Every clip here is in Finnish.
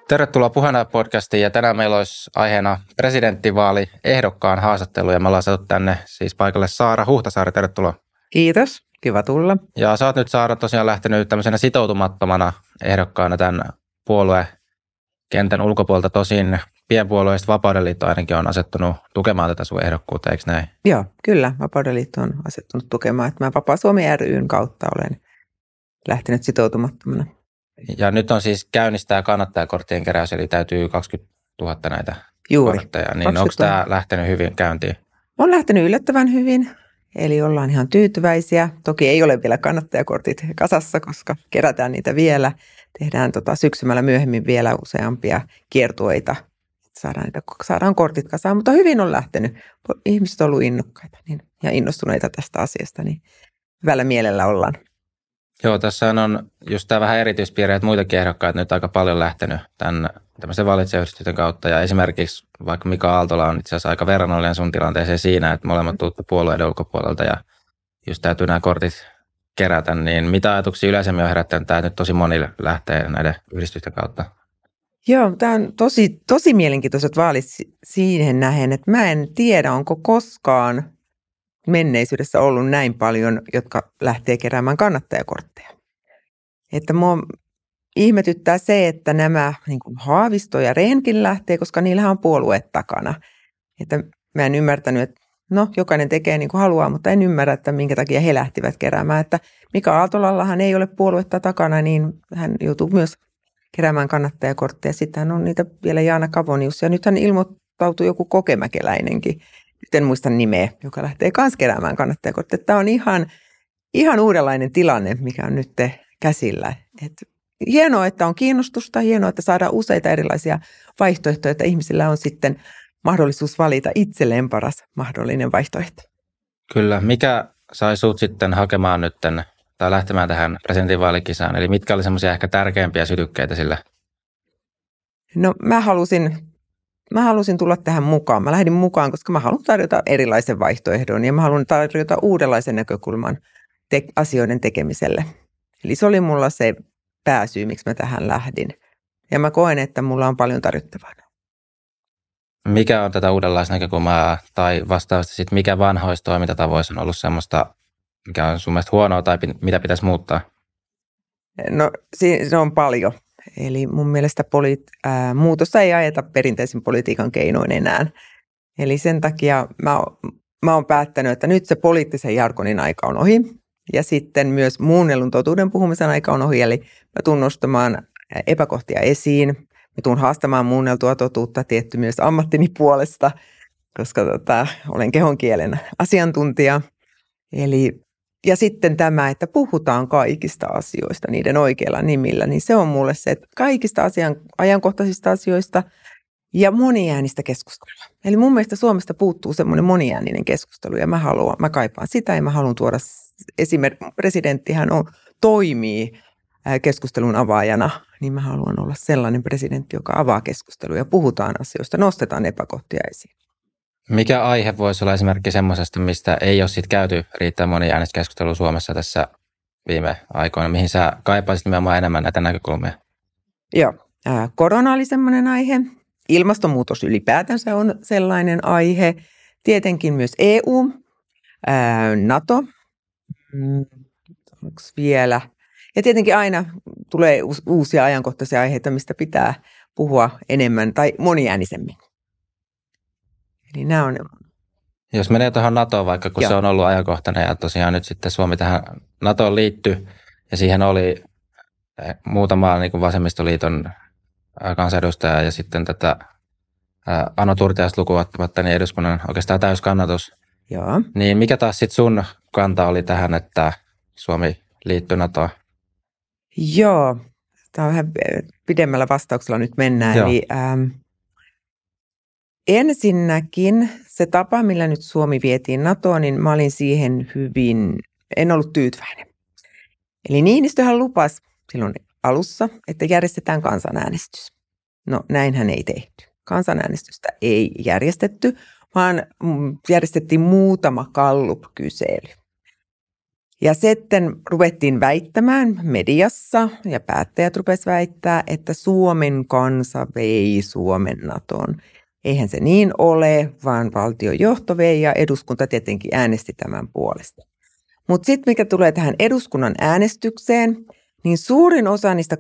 Tervetuloa Puheena-podcastiin ja tänään meillä olisi aiheena presidenttivaaliehdokkaan haastattelu ja me ollaan saatu tänne siis paikalle Saara Huhtasaari, tervetuloa. Kiitos, kiva tulla. Ja sä oot nyt Saara tosiaan lähtenyt tämmöisenä sitoutumattomana ehdokkaana tämän puoluekentän ulkopuolelta, tosin pienpuolueista Vapaudenliitto ainakin on asettunut tukemaan tätä sun ehdokkuutta, eikö näin? Joo, kyllä, Vapaudenliitto on asettunut tukemaan, että mä Vapaa Suomi ry:n kautta olen lähtenyt sitoutumattomana. Ja nyt on siis käynnistää kannattajakorttien keräys, eli täytyy 20 000 näitä kortteja, niin onko tämä lähtenyt hyvin käyntiin? On lähtenyt yllättävän hyvin, eli ollaan ihan tyytyväisiä. Toki ei ole vielä kannattajakortit kasassa, koska kerätään niitä vielä. Tehdään syksymällä myöhemmin vielä useampia kiertueita. Saadaan kortit kasaan, mutta hyvin on lähtenyt. Ihmiset on ollut innokkaita ja innostuneita tästä asiasta, niin hyvällä mielellä ollaan. Joo, tässä on just tämä vähän erityispiirre, että muitakin ehdokkaita nyt aika paljon lähtenyt tämän tämmöisen valitsijayhdistyksen kautta. Ja esimerkiksi vaikka Mika Aaltola on itse asiassa aika verrannollinen sun tilanteeseen siinä, että molemmat tuutte puolueiden ulkopuolelta ja just täytyy nämä kortit kerätä. Niin mitä ajatuksia yleisemmin on herättänyt tämä, että nyt tosi moni lähtee näiden yhdistysten kautta? Joo, tämä on tosi mielenkiintoiset vaalit siihen nähen, että mä en tiedä, onko koskaan menneisyydessä ollut näin paljon, jotka lähtee keräämään kannattajakortteja. Että mua ihmetyttää se, että nämä niin kuin Haavisto ja Rehnkin lähtee, koska niillähän on puolueet takana. Että mä en ymmärtänyt, että jokainen tekee niin kuin haluaa, mutta en ymmärrä, että minkä takia he lähtivät keräämään. Että Mika Aaltolallahan ei ole puoluetta takana, niin hän joutuu myös keräämään kannattajakortteja. Sitten on niitä vielä Jaana Kavonius ja nythän ilmoittautui joku kokemäkeläinenkin. Nyt en muista nimeä, joka lähtee kans keräämään kannattajakortteja. Tämä on ihan uudenlainen tilanne, mikä on nyt käsillä. Hienoa, että on kiinnostusta, hienoa, että saadaan useita erilaisia vaihtoehtoja, että ihmisillä on sitten mahdollisuus valita itselleen paras mahdollinen vaihtoehto. Kyllä. Mikä sai sut sitten hakemaan nyt tai lähtemään tähän presidentinvaalikisaan? Eli mitkä oli semmoisia ehkä tärkeimpiä sytykkeitä sillä? No mä halusin tulla tähän mukaan. Mä lähdin mukaan, koska mä haluan tarjota erilaisen vaihtoehdon ja mä haluan tarjota uudenlaisen näkökulman asioiden tekemiselle. Eli se oli mulla se pääsyy, miksi mä tähän lähdin. Ja mä koen, että mulla on paljon tarjottavaa. Mikä on tätä uudenlaista näkökulmaa tai vastaavasti sitten mikä vanhoissa toimintatavoissa on ollut semmoista, mikä on sun mielestä huonoa tai mitä pitäisi muuttaa? No se on paljon. Eli mun mielestä muutosta ei ajeta perinteisen politiikan keinoin enää. Eli sen takia mä oon päättänyt, että nyt se poliittisen jargonin aika on ohi. Ja sitten myös muunnellun totuuden puhumisen aika on ohi. Eli mä tuun nostamaan epäkohtia esiin. Mä tuun haastamaan muunneltua totuutta tietty myös ammattini puolesta, koska olen kehonkielen asiantuntija. Ja sitten tämä, että puhutaan kaikista asioista niiden oikeilla nimillä, niin se on mulle se, että kaikista ajankohtaisista asioista ja moniäänistä keskustelua. Eli mun mielestä Suomesta puuttuu semmoinen moniääninen keskustelu ja mä kaipaan sitä ja mä haluan tuoda esimerkiksi presidenttihän toimii keskustelun avaajana, niin mä haluan olla sellainen presidentti, joka avaa keskustelua ja puhutaan asioista, nostetaan epäkohtia esiin. Mikä aihe voisi olla esimerkiksi semmoisesta, mistä ei ole sitten käyty riittävän moniäänestyskeskustelua Suomessa tässä viime aikoina, mihin sä kaipaisit nimenomaan enemmän näitä näkökulmia? Joo, korona oli semmoinen aihe. Ilmastonmuutos ylipäätänsä on sellainen aihe. Tietenkin myös EU, NATO, onko vielä? Ja tietenkin aina tulee uusia ajankohtaisia aiheita, mistä pitää puhua enemmän tai moniäänisemmin. Eli nämä on. Jos menee tuohon NATOon vaikka, kun se on ollut ajankohtainen ja tosiaan nyt sitten Suomi tähän NATOon liittyi ja siihen oli muutama niin kuin vasemmistoliiton kansanedustaja ja sitten tätä Ano Turtiaista lukuun ottamatta niin eduskunnan oikeastaan täyskannatus. Joo. Niin mikä taas sitten sun kanta oli tähän, että Suomi liittyi NATOon? Joo, tämä on vähän pidemmällä vastauksella nyt mennään. Eli, ensinnäkin se tapa, millä nyt Suomi vietiin NATOon, niin mä olin siihen en ollut tyytyväinen. Eli Niinistöhän lupasi silloin alussa, että järjestetään kansanäänestys. No näinhän ei tehty. Kansanäänestystä ei järjestetty, vaan järjestettiin muutama Gallup-kysely. Ja sitten ruvettiin väittämään mediassa ja päättäjät rupesivat väittää, että Suomen kansa vei Suomen NATOon. Eihän se niin ole, vaan valtiojohto vei ja eduskunta tietenkin äänesti tämän puolesta. Mutta sitten mikä tulee tähän eduskunnan äänestykseen, niin suurin osa niistä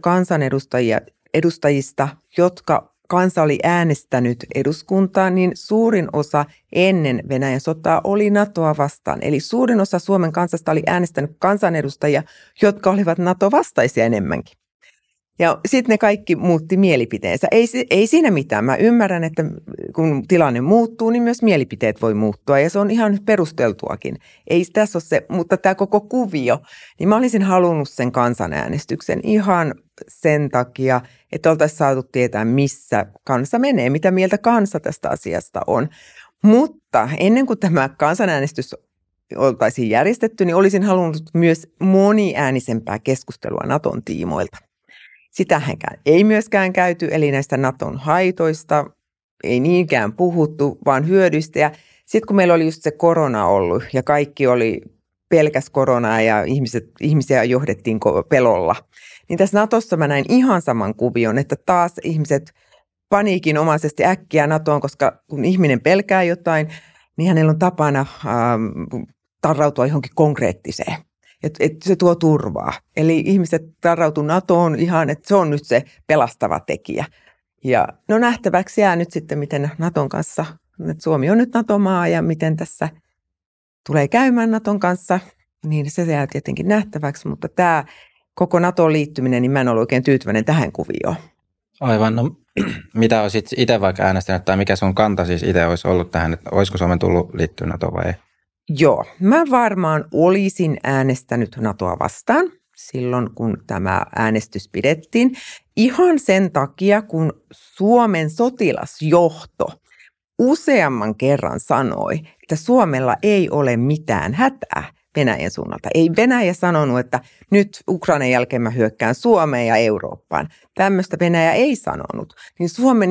kansanedustajista, jotka kansa oli äänestänyt eduskuntaa, niin suurin osa ennen Venäjän sotaa oli NATOa vastaan. Eli suurin osa Suomen kansasta oli äänestänyt kansanedustajia, jotka olivat NATO-vastaisia enemmänkin. Ja sitten ne kaikki muutti mielipiteensä. Ei siinä mitään. Mä ymmärrän, että kun tilanne muuttuu, niin myös mielipiteet voi muuttua. Ja se on ihan perusteltuakin. Ei tässä ole se, mutta tämä koko kuvio, niin mä olisin halunnut sen kansanäänestyksen ihan sen takia, että oltaisiin saatu tietää, missä kansa menee, mitä mieltä kansa tästä asiasta on. Mutta ennen kuin tämä kansanäänestys oltaisiin järjestetty, niin olisin halunnut myös moniäänisempää keskustelua Naton tiimoilta. Sitähän ei myöskään käyty, eli näistä Naton haitoista ei niinkään puhuttu, vaan hyödyistä. Ja sitten kun meillä oli just se korona ollut ja kaikki oli pelkäs koronaa ja ihmisiä johdettiin pelolla, niin tässä Natossa mä näin ihan saman kuvion, että taas ihmiset paniikinomaisesti äkkiä NATOon, koska kun ihminen pelkää jotain, niin hänellä on tapana tarrautua johonkin konkreettiseen. Että se tuo turvaa. Eli ihmiset tarrautuu NATOon ihan, että se on nyt se pelastava tekijä. Ja no nähtäväksi jää nyt sitten, miten Naton kanssa, että Suomi on nyt NATO-maa ja miten tässä tulee käymään Naton kanssa, niin se jää tietenkin nähtäväksi. Mutta tämä koko NATOon liittyminen, niin mä en ole oikein tyytyväinen tähän kuvioon. Aivan. No, mitä olisit itse vaikka äänestänyt tai mikä sun kanta siis itse olisi ollut tähän, että olisiko Suomen tullut liittyä NATOon vai ei? Joo, mä varmaan olisin äänestänyt NATOa vastaan silloin, kun tämä äänestys pidettiin. Ihan sen takia, kun Suomen sotilasjohto useamman kerran sanoi, että Suomella ei ole mitään hätää Venäjän suunnalta. Ei Venäjä sanonut, että nyt Ukrainan jälkeen mä hyökkään Suomeen ja Eurooppaan. Tämmöistä Venäjä ei sanonut. Niin Suomen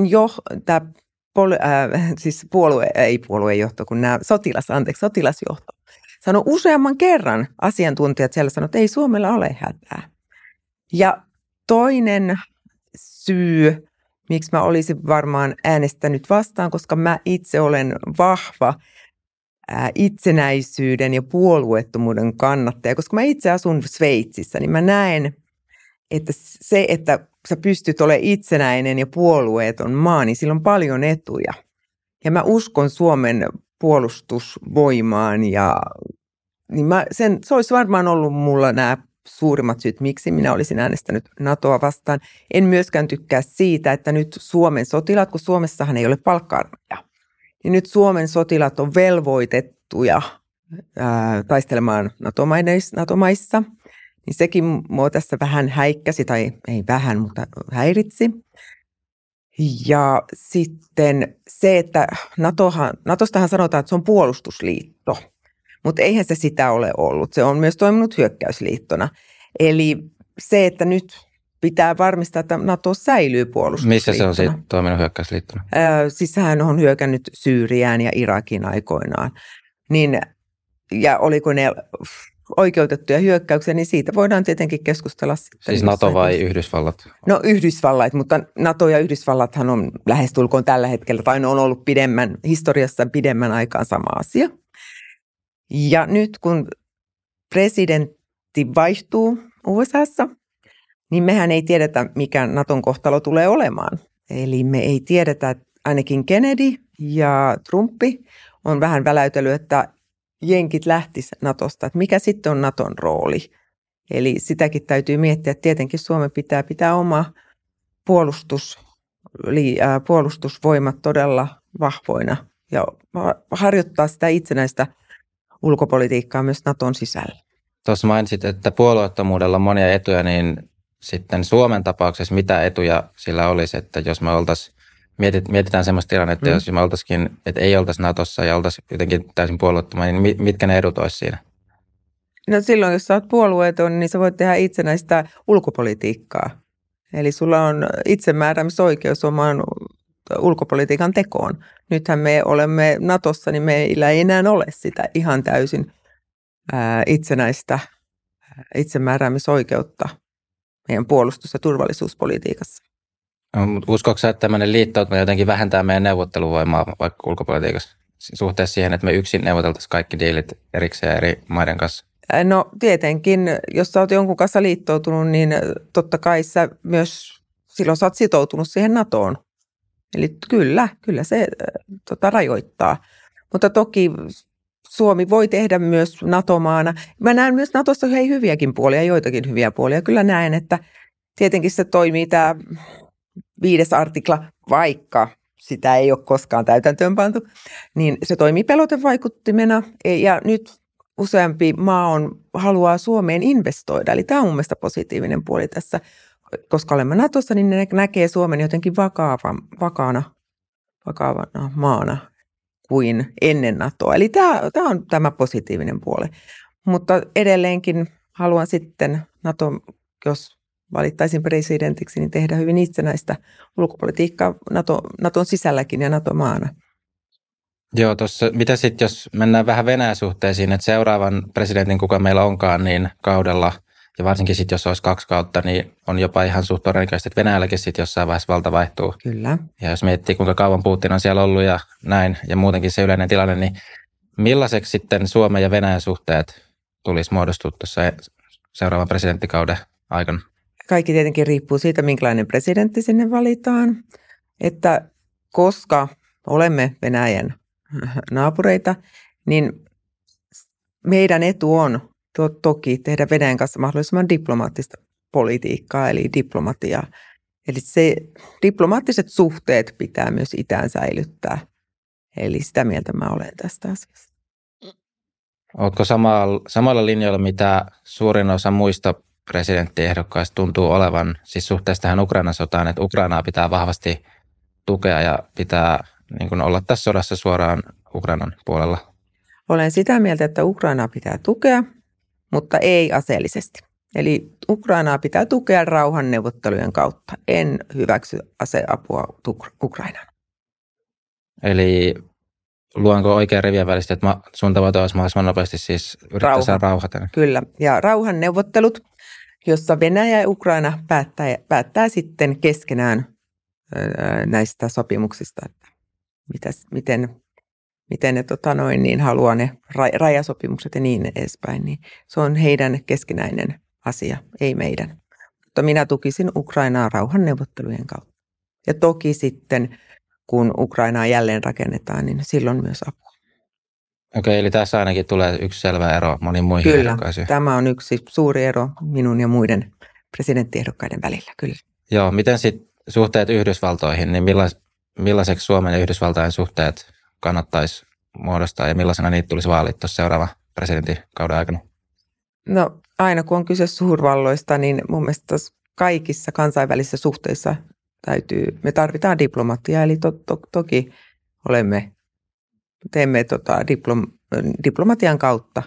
sotilasjohto sanoi useamman kerran, asiantuntijat siellä sanoivat, että ei Suomella ole hätää. Ja toinen syy, miksi mä olisin varmaan äänestänyt vastaan, koska mä itse olen vahva itsenäisyyden ja puolueettomuuden kannattaja, koska mä itse asun Sveitsissä, niin mä näen, että se, että sä pystyt olemaan itsenäinen ja puolueeton maa, niin sillä on paljon etuja. Ja mä uskon Suomen puolustusvoimaan ja niin se olisi varmaan ollut mulla nämä suurimmat syyt, miksi minä olisin äänestänyt NATOa vastaan. En myöskään tykkää siitä, että nyt Suomen sotilaat, kun Suomessahan ei ole palkka-armeijaa, niin nyt Suomen sotilaat on velvoitettuja taistelemaan NATO-maissa. Niin sekin mua tässä vähän häikkäsi, tai ei vähän, mutta häiritsi. Ja sitten se, että NATOstahan sanotaan, että se on puolustusliitto, mutta eihän se sitä ole ollut. Se on myös toiminut hyökkäysliittona. Eli se, että nyt pitää varmistaa, että NATO säilyy puolustusliittona. Missä se on sitten toiminut hyökkäysliittona? Siis hän on hyökännyt Syyriään ja Irakin aikoinaan. Niin, ja oliko ne oikeutettuja hyökkäyksiä, niin siitä voidaan tietenkin keskustella sitten. Siis NATO vai Yhdysvallat? No Yhdysvallat, mutta NATO ja Yhdysvallathan on lähestulkoon tällä hetkellä, tai ne on ollut historiassa pidemmän aikaan sama asia. Ja nyt kun presidentti vaihtuu USAssa, niin mehän ei tiedetä, mikä NATOn kohtalo tulee olemaan. Eli me ei tiedetä, että ainakin Kennedy ja Trumpi on vähän väläytellyt, että jenkit lähtis NATOsta, että mikä sitten on NATOn rooli. Eli sitäkin täytyy miettiä, että tietenkin Suomen pitää oma puolustusvoimat todella vahvoina ja harjoittaa sitä itsenäistä ulkopolitiikkaa myös NATOn sisällä. Tuossa mainitsit, että puolueettomuudella on monia etuja, niin sitten Suomen tapauksessa mitä etuja sillä olisi, että jos me mietitään semmoista tilannetta, jos me oltaisikin, että ei oltaisi NATOssa ja oltaisiin jotenkin täysin puolueettomia, niin mitkä ne edut olisi siinä? No silloin, jos sä oot puolueeton, niin sä voit tehdä itsenäistä ulkopolitiikkaa. Eli sulla on itsemääräämisoikeus omaan ulkopolitiikan tekoon. Nythän me olemme NATOssa, niin meillä ei enää ole sitä ihan täysin itsenäistä itsemääräämisoikeutta meidän puolustus- ja turvallisuuspolitiikassa. Uskoatko sä, että tämmöinen liittoutuminen jotenkin vähentää meidän neuvotteluvoimaa vaikka ulkopolitiikassa suhteessa siihen, että me yksin neuvoteltaisiin kaikki diilit erikseen eri maiden kanssa? No tietenkin, jos sä oot jonkun kanssa liittoutunut, niin totta kai sä myös silloin sä oot sitoutunut siihen NATOon. Eli kyllä se rajoittaa. Mutta toki Suomi voi tehdä myös NATO-maana. Mä näen myös NATOssa hyviäkin puolia, joitakin hyviä puolia. Kyllä näen, että tietenkin se toimii tämä 5. artikla, vaikka sitä ei ole koskaan täytäntöönpantu, niin se toimii pelotevaikuttimena ja nyt useampi maa haluaa Suomeen investoida. Eli tämä on mun mielestä positiivinen puoli tässä, koska olemme NATOssa, niin ne näkee Suomen jotenkin vakaana maana kuin ennen NATOa. Eli tämä on tämä positiivinen puoli. Mutta edelleenkin haluan sitten jos valittaisin presidentiksi, niin tehdä hyvin itsenäistä ulkopolitiikkaa NATOn sisälläkin ja NATO-maana. Joo, tuossa, mitä sitten, jos mennään vähän Venäjä-suhteisiin, että seuraavan presidentin, kuka meillä onkaan, niin kaudella, ja varsinkin sitten, jos olisi 2 kautta, niin on jopa ihan suht todennäköisesti, että Venäjälläkin sitten jossain vaiheessa valta vaihtuu. Kyllä. Ja jos miettii, kuinka kauan Putin on siellä ollut ja näin, ja muutenkin se yleinen tilanne, niin millaiseksi sitten Suomen ja Venäjän suhteet tulisi muodostua tuossa seuraavan presidenttikauden aikana? Kaikki tietenkin riippuu siitä, minkälainen presidentti sinne valitaan, että koska olemme Venäjän naapureita, niin meidän etu on toki tehdä Venäjän kanssa mahdollisimman diplomaattista politiikkaa, eli diplomatiaa. Eli se diplomaattiset suhteet pitää myös itään säilyttää. Eli sitä mieltä mä olen tästä asiasta. Oletko samalla linjalla, mitä suurin osa muista presidenttiehdokkaista tuntuu olevan, siis suhteessa tähän Ukrainan sotaan, että Ukrainaa pitää vahvasti tukea ja pitää niin kuin olla tässä sodassa suoraan Ukrainan puolella? Olen sitä mieltä, että Ukrainaa pitää tukea, mutta ei aseellisesti. Eli Ukrainaa pitää tukea rauhanneuvottelujen kautta. En hyväksy aseapua Ukrainaan. Eli luonko oikein rivien välistä, että sun tavoite olisi mahdollisimman nopeasti siis yrittää saada rauhata? Kyllä, ja rauhanneuvottelut, jossa Venäjä ja Ukraina päättää sitten keskenään näistä sopimuksista, että miten ne niin haluaa ne rajasopimukset ja niin edespäin. Niin se on heidän keskinäinen asia, ei meidän. Mutta minä tukisin Ukrainaa rauhanneuvottelujen kautta. Ja toki sitten, kun Ukrainaa jälleen rakennetaan, niin silloin myös apua. Okei, eli tässä ainakin tulee yksi selvä ero moniin muihin ehdokkaisiin. Kyllä, tämä on yksi suuri ero minun ja muiden presidenttiehdokkaiden välillä, kyllä. Joo, miten sitten suhteet Yhdysvaltoihin, niin millaiseksi Suomen ja Yhdysvaltain suhteet kannattaisi muodostaa ja millaisena niitä tulisi vaalia tuossa seuraavan presidenttikauden aikana? No aina kun on kyse suurvalloista, niin mun mielestä kaikissa kansainvälisissä suhteissa me tarvitaan diplomatiaa, eli toki teemme diplomatian kautta,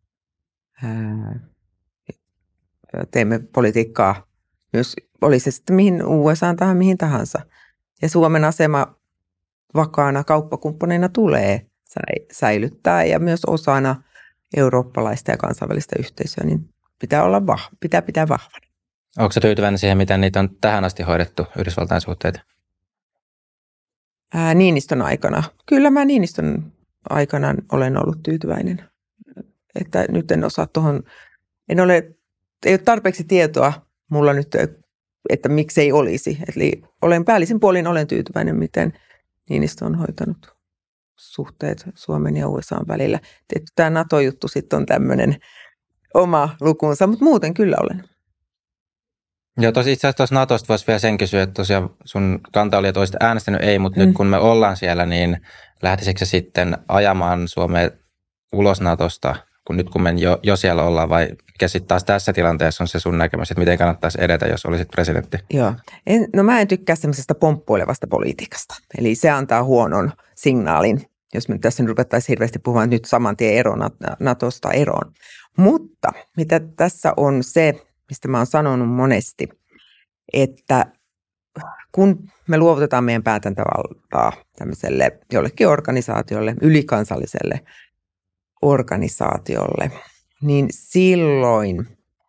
teemme politiikkaa myös, oli se sitten mihin USA tai mihin tahansa. Ja Suomen asema vakaana kauppakumppaneina tulee säilyttää ja myös osana eurooppalaista ja kansainvälistä yhteisöä, niin pitää vahvana. Onko se tyytyväinen siihen, miten niitä on tähän asti hoidettu Yhdysvaltain suhteita? Niinistön aikana. Kyllä mä Niinistön aikana olen ollut tyytyväinen. Että nyt en osaa ei ole tarpeeksi tietoa mulla nyt, että miksei olisi. Eli päällisin puolin olen tyytyväinen, miten Niinistö on hoitanut suhteet Suomen ja USA välillä. Tietysti tämä NATO-juttu sitten on tämmöinen oma lukunsa, mutta muuten kyllä olen. Joo, itse asiassa tuossa NATOsta voisi vielä sen kysyä, että tosiaan sun kanta oli, että olisit äänestänyt ei, mutta nyt kun me ollaan siellä, niin lähtisikö se sitten ajamaan Suomea ulos NATOsta, kun me jo siellä ollaan, vai mikä sitten taas tässä tilanteessa on se sun näkemys, että miten kannattaisi edetä, jos olisit presidentti? Joo, mä en tykkää semmoisesta pomppuilevasta politiikasta, eli se antaa huonon signaalin, jos me tässä nyt ruvettaisiin hirveästi puhumaan nyt saman tien NATOsta eroon. Mutta mitä tässä on se, mistä mä oon sanonut monesti, että kun me luovutetaan meidän päätäntävaltaa tämmöiselle jollekin organisaatiolle, ylikansalliselle organisaatiolle, niin silloin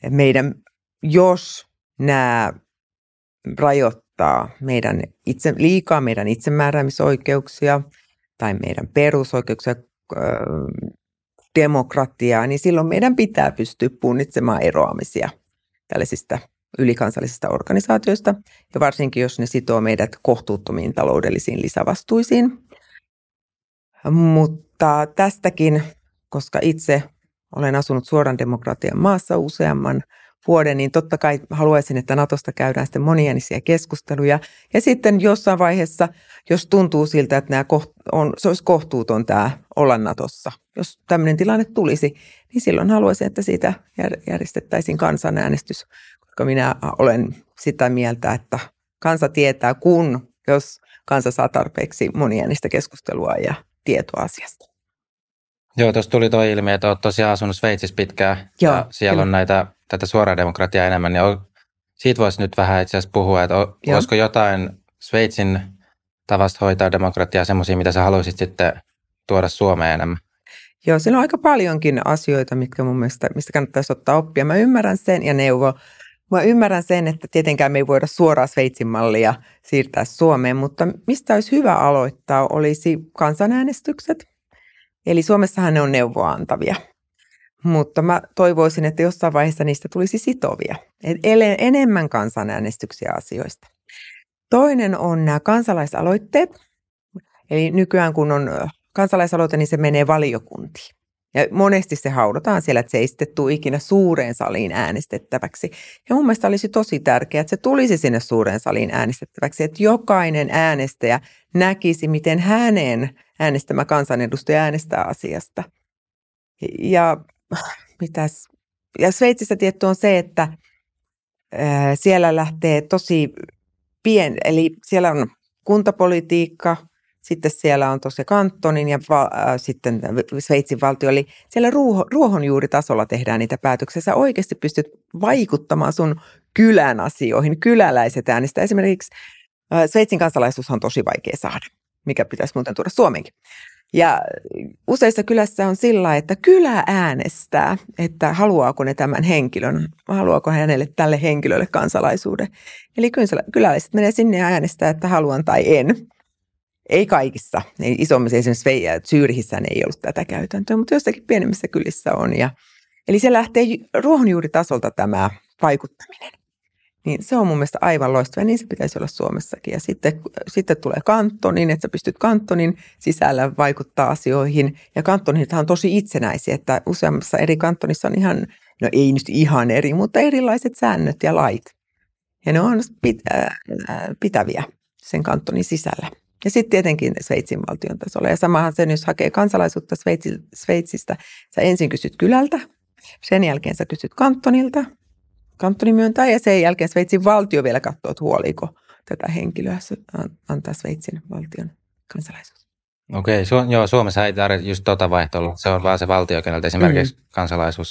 jos nämä rajoittaa liikaa meidän itsemääräämisoikeuksia tai meidän perusoikeuksia, demokratiaa, niin silloin meidän pitää pystyä punnitsemaan eroamisia tällaisista ylikansallisista organisaatioista, ja varsinkin jos ne sitoo meidät kohtuuttomiin taloudellisiin lisävastuisiin. Mutta tästäkin, koska itse olen asunut suoran demokratian maassa useamman vuoden, niin totta kai haluaisin, että Natosta käydään sitten moniäänisiä keskusteluja. Ja sitten jossain vaiheessa, jos tuntuu siltä, että se olisi kohtuuton tämä olla Natossa, jos tämmöinen tilanne tulisi, niin silloin haluaisin, että siitä järjestettäisiin kansanäänestys, koska minä olen sitä mieltä, että kansa tietää, jos kansa saa tarpeeksi moniäänistä keskustelua ja tietoa asiasta. Joo, tuossa tuli tuo ilmi, että olet tosiaan asunut Sveitsissä pitkään. Joo, ja siellä on tätä suoraa demokratiaa enemmän. Niin siitä voisi nyt vähän itse asiassa puhua, että olisiko jotain Sveitsin tavasta hoitaa demokratiaa semmoisia, mitä sä haluaisit sitten tuoda Suomeen enemmän? Joo, siinä on aika paljonkin asioita, mitkä mun mielestä, mistä kannattaisi ottaa oppia. Mä ymmärrän sen ja neuvo. Mä ymmärrän sen, että tietenkään me ei voida suoraan Sveitsin mallia siirtää Suomeen, mutta mistä olisi hyvä aloittaa, olisi kansanäänestykset. Eli Suomessahan ne on neuvoa antavia, mutta mä toivoisin, että jossain vaiheessa niistä tulisi sitovia, enemmän kansanäänestyksiä asioista. Toinen on nämä kansalaisaloitteet, eli nykyään kun on kansalaisaloite, niin se menee valiokuntiin. Ja monesti se haudataan siellä, että se ei sitten tule ikinä suureen saliin äänestettäväksi. Ja mun mielestä olisi tosi tärkeää, että se tulisi sinne suureen saliin äänestettäväksi, että jokainen äänestäjä näkisi, miten hänen äänestämä kansanedustaja äänestää asiasta. Ja Sveitsissä tietty on se, että siellä lähtee tosi eli siellä on kuntapolitiikka, sitten siellä on tosiaan kantonin ja sitten Sveitsin valtio, eli siellä ruohonjuuritasolla tehdään niitä päätöksiä. Sä oikeasti pystyt vaikuttamaan sun kylän asioihin, kyläläiset äänestää. Esimerkiksi Sveitsin kansalaisuus on tosi vaikea saada, mikä pitäisi muuten tuoda Suomeenkin. Ja useissa kylässä on sillä, että kylä äänestää, että haluaako ne tämän henkilön, haluaako hänelle tälle henkilölle kansalaisuuden. Eli kyläläiset menee sinne ja äänestää, että haluan tai en. Ei kaikissa. Isommissa esimerkiksi Zyyrihissä ei ollut tätä käytäntöä, mutta jossakin pienemmissä kylissä on. Eli se lähtee ruohonjuuritasolta tämä vaikuttaminen. Niin se on mun mielestä aivan loistava, niin se pitäisi olla Suomessakin. Ja sitten tulee kantonin, että sä pystyt kantonin sisällä vaikuttaa asioihin. Ja kantonithan on tosi itsenäisiä, että useammassa eri kantonissa on ihan, no ei nyt ihan eri, mutta erilaiset säännöt ja lait. Ja ne on pitäviä sen kantonin sisällä. Ja sitten tietenkin Sveitsin valtion tasolla. Ja samahan sen, jos hakee kansalaisuutta Sveitsistä, sä ensin kysyt kylältä, sen jälkeen sä kysyt kantonilta, kantoni myöntää ja sen jälkeen Sveitsin valtio vielä katsoo, että huoliiko tätä henkilöä antaa Sveitsin valtion kansalaisuus. Okei, Suomessa ei tarvitse just tuota vaihtoa, se on vaan se valtio, keneltä esimerkiksi kansalaisuus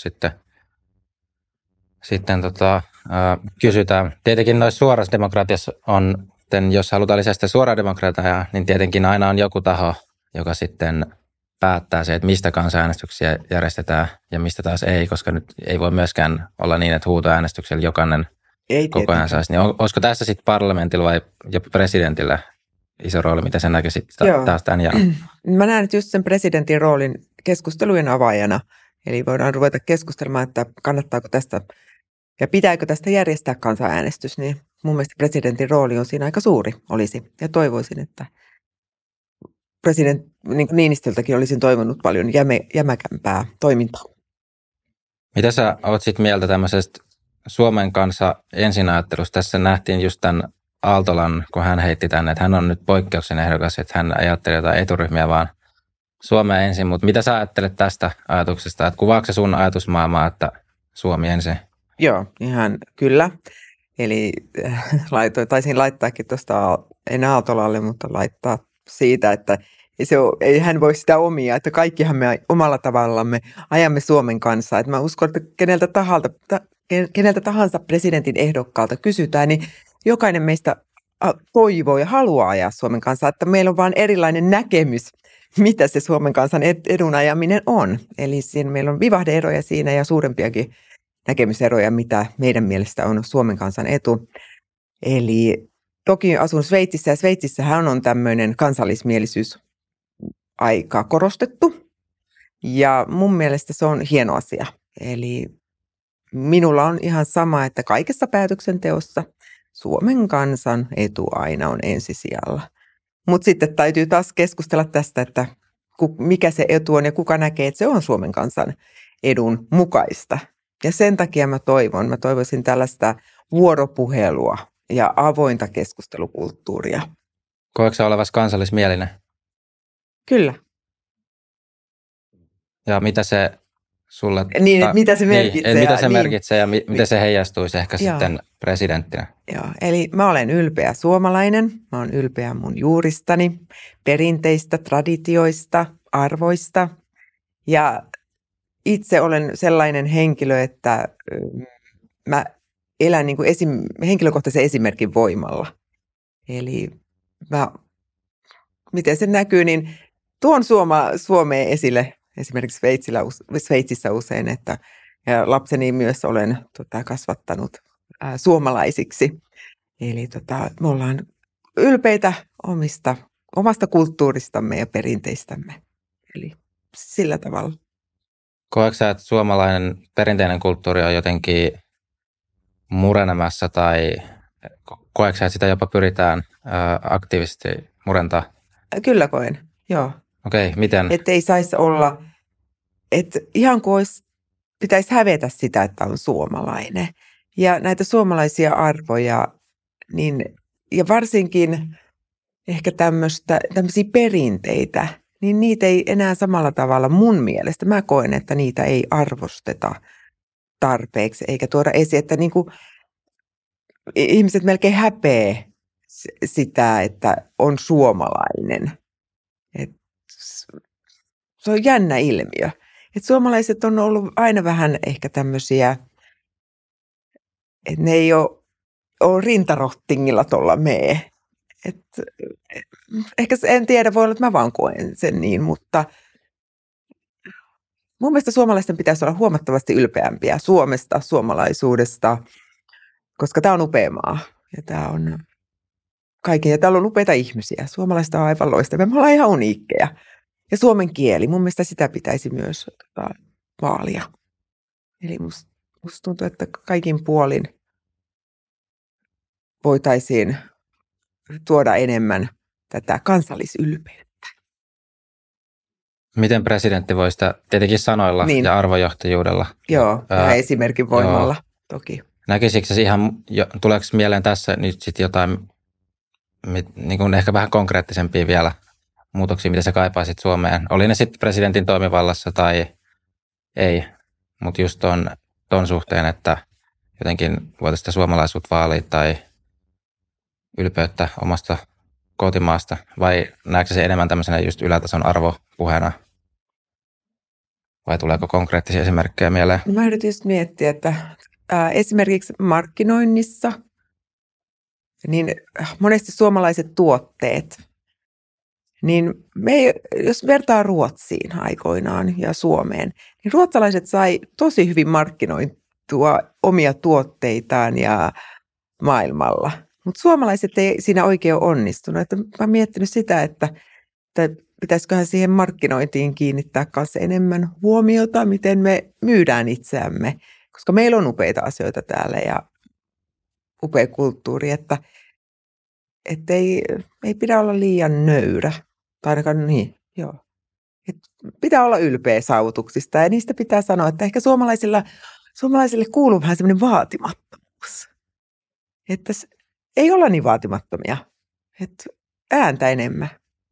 sitten kysytään. Tietenkin noissa suorassa demokratiassa on, jos halutaan lisää sitä suoraa demokratiaa, niin tietenkin aina on joku taho, joka sitten päättää se, että mistä kansanäänestyksiä järjestetään ja mistä taas ei, koska nyt ei voi myöskään olla niin, että huutoäänestyksellä jokainen koko ajan saisi. Niin olisiko tässä sitten parlamentilla vai jopa presidentillä iso rooli, mitä sen näkisit taas tämän jälkeen? Mä näen nyt just sen presidentin roolin keskustelujen avaajana, eli voidaan ruveta keskustelemaan, että kannattaako tästä ja pitääkö tästä järjestää kansanäänestys, niin mun mielestä presidentin rooli on siinä aika suuri olisi. Ja toivoisin, että presidentti Niinistöltäkin olisin toivonut paljon jämäkämpää toimintaa. Mitä sä oot sitten mieltä tämmöisestä Suomen kanssa ensinajattelusta? Tässä nähtiin just tämän Aaltolan, kun hän heitti tänne, että hän on nyt poikkeuksen ehdokas, että hän ajatteli jotain eturyhmiä vaan Suomea ensin. Mutta mitä sä ajattelet tästä ajatuksesta? Että kuvaako se sun ajatusmaailmaa, että Suomi ensin? Joo, ihan kyllä. Eli taisin laittaakin tuosta, en Aaltolalle, mutta laittaa siitä, että ei hän voi sitä omia, että kaikkihan me omalla tavallamme ajamme Suomen kanssa. Että mä uskon, että keneltä tahansa presidentin ehdokkaalta kysytään, niin jokainen meistä toivoo ja haluaa ajaa Suomen kanssa, että meillä on vain erilainen näkemys, mitä se Suomen kansan edun ajaminen on. Eli siinä meillä on vivahde-eroja siinä ja suurempiakin näkemyseroja, mitä meidän mielestä on Suomen kansan etu. Eli toki asun Sveitsissä ja Sveitsissähän on tämmöinen kansallismielisyys aika korostettu ja mun mielestä se on hieno asia. Eli minulla on ihan sama, että kaikessa päätöksenteossa Suomen kansan etu aina on ensisijalla. Mutta sitten täytyy taas keskustella tästä, että mikä se etu on ja kuka näkee, että se on Suomen kansan edun mukaista. Ja sen takia mä toivoisin tällaista vuoropuhelua ja avointa keskustelukulttuuria. Koetko sä olevasi kansallismielinen? Kyllä. Ja mitä se sulle... mitä se merkitsee. Mitä se merkitsee ja miten se heijastuisi ehkä sitten presidenttinä? Joo, eli mä olen ylpeä suomalainen. Mä olen ylpeä mun juuristani, perinteistä, traditioista, arvoista. Ja itse olen sellainen henkilö, että mä elän niin kuin henkilökohtaisen esimerkin voimalla. Eli miten se näkyy, niin tuon Suomeen esille esimerkiksi Sveitsissä usein, että ja lapseni myös olen kasvattanut suomalaisiksi. Eli me ollaan ylpeitä omasta kulttuuristamme ja perinteistämme. Eli sillä tavalla. Koetko sä, että suomalainen perinteinen kulttuuri on jotenkin murenemassa tai koetko sä, että sitä jopa pyritään aktiivisesti murentaa? Kyllä koen, joo. Okei, miten? Että ei saisi olla, että ihan kuin pitäisi hävetä sitä, että on suomalainen. Ja näitä suomalaisia arvoja, niin, ja varsinkin ehkä tämmöisiä perinteitä, niin niitä ei enää samalla tavalla mun mielestä. Mä koen, että niitä ei arvosteta tarpeeksi eikä tuoda esiin, että niin kuin ihmiset melkein häpeä sitä, että on suomalainen. Se on jännä ilmiö. Et suomalaiset on ollut aina vähän ehkä tämmöisiä, että ne ei ole rintarottingilla tuolla mee. Ehkä en tiedä, voi olla, että mä vaan koen sen niin, mutta mun mielestä suomalaisten pitäisi olla huomattavasti ylpeämpiä Suomesta, suomalaisuudesta, koska tämä on upea maa ja tämä on kaiken. Ja täällä on upeita ihmisiä. Suomalaiset on aivan loistavia. Me ollaan ihan uniikkeja. Ja suomen kieli, mun mielestä sitä pitäisi myös vaalia. Eli musta tuntuu, että kaikin puolin voitaisiin tuoda enemmän tätä kansallisylpeyttä. Miten presidentti voi sitä tietenkin sanoilla ja arvojohtajuudella? Joo, ja esimerkin voimalla toki. Näkisikö se ihan, tuleeko mieleen tässä nyt sitten jotain niin kuin ehkä vähän konkreettisempia vielä muutoksia, mitä sä kaipaisit Suomeen? Oli ne sitten presidentin toimivallassa tai ei, mutta just ton suhteen, että jotenkin voitaisiin sitä suomalaisuutta vaalia tai ylpeyttä omasta kotimaasta, vai näetkö se enemmän tämmöisenä just ylätason arvopuheena? Vai tuleeko konkreettisia esimerkkejä mieleen? Mä yritin just miettiä, että esimerkiksi markkinoinnissa, niin monesti suomalaiset tuotteet, niin jos vertaa Ruotsiin aikoinaan ja Suomeen, niin ruotsalaiset sai tosi hyvin markkinoitua omia tuotteitaan ja maailmalla. Mutta suomalaiset ei siinä oikein ole onnistunut. Että mä oon miettinyt sitä, että pitäisiköhän siihen markkinointiin kiinnittää kanssa enemmän huomiota, miten me myydään itseämme. Koska meillä on upeita asioita täällä ja upea kulttuuri, että ei pidä olla liian nöyrä. Tai ainakaan niin, joo. Pitää olla ylpeä saavutuksista ja niistä pitää sanoa, että ehkä suomalaisille kuuluu vähän semmoinen vaatimattomuus. Että ei olla niin vaatimattomia, että ääntä enemmän.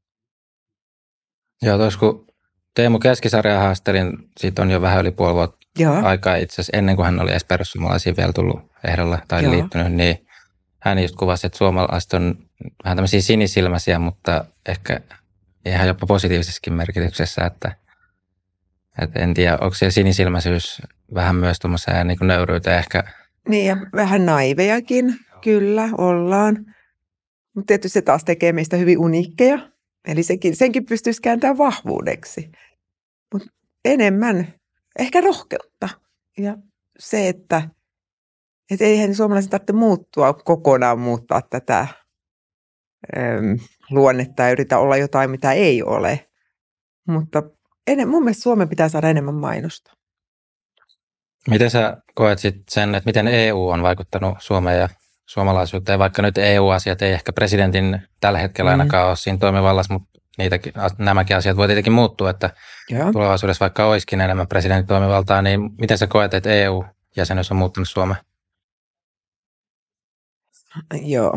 Joo, tuossa kun Teemu Keskisarjaa haastelin, siitä on jo vähän yli puoli vuotta aikaa itse asiassa, ennen kuin hän oli edes perussuomalaisiin vielä tullut ehdolla tai liittynyt, niin hän just kuvasi, että suomalaiset on vähän tämmöisiä sinisilmäisiä, mutta ehkä ihan jopa positiivisessakin merkityksessä, että en tiedä, onko siellä sinisilmäisyys vähän myös tuommoiseen niin kuin nöyryyteen ehkä. Niin ja vähän naivejakin, kyllä ollaan, mutta tietysti se taas tekee meistä hyvin uniikkeja, eli senkin pystyisi kääntämään vahvuudeksi, mutta enemmän ehkä rohkeutta ja se, että eihän suomalaisen tarvitse kokonaan muuttaa tätä luonnetta ja yritä olla jotain, mitä ei ole. Mutta mun mielestä Suomen pitää saada enemmän mainosta. Miten sä koet sen, että miten EU on vaikuttanut Suomeen ja suomalaisuuteen, vaikka nyt EU-asiat ei ehkä presidentin tällä hetkellä ainakaan ole siinä toimivallassa, mutta nämäkin asiat voi tietenkin muuttua, että tulevaisuudessa vaikka olisikin enemmän presidentin toimivaltaa, niin miten sä koet, että EU-jäsenyys on muuttanut Suomea? Joo,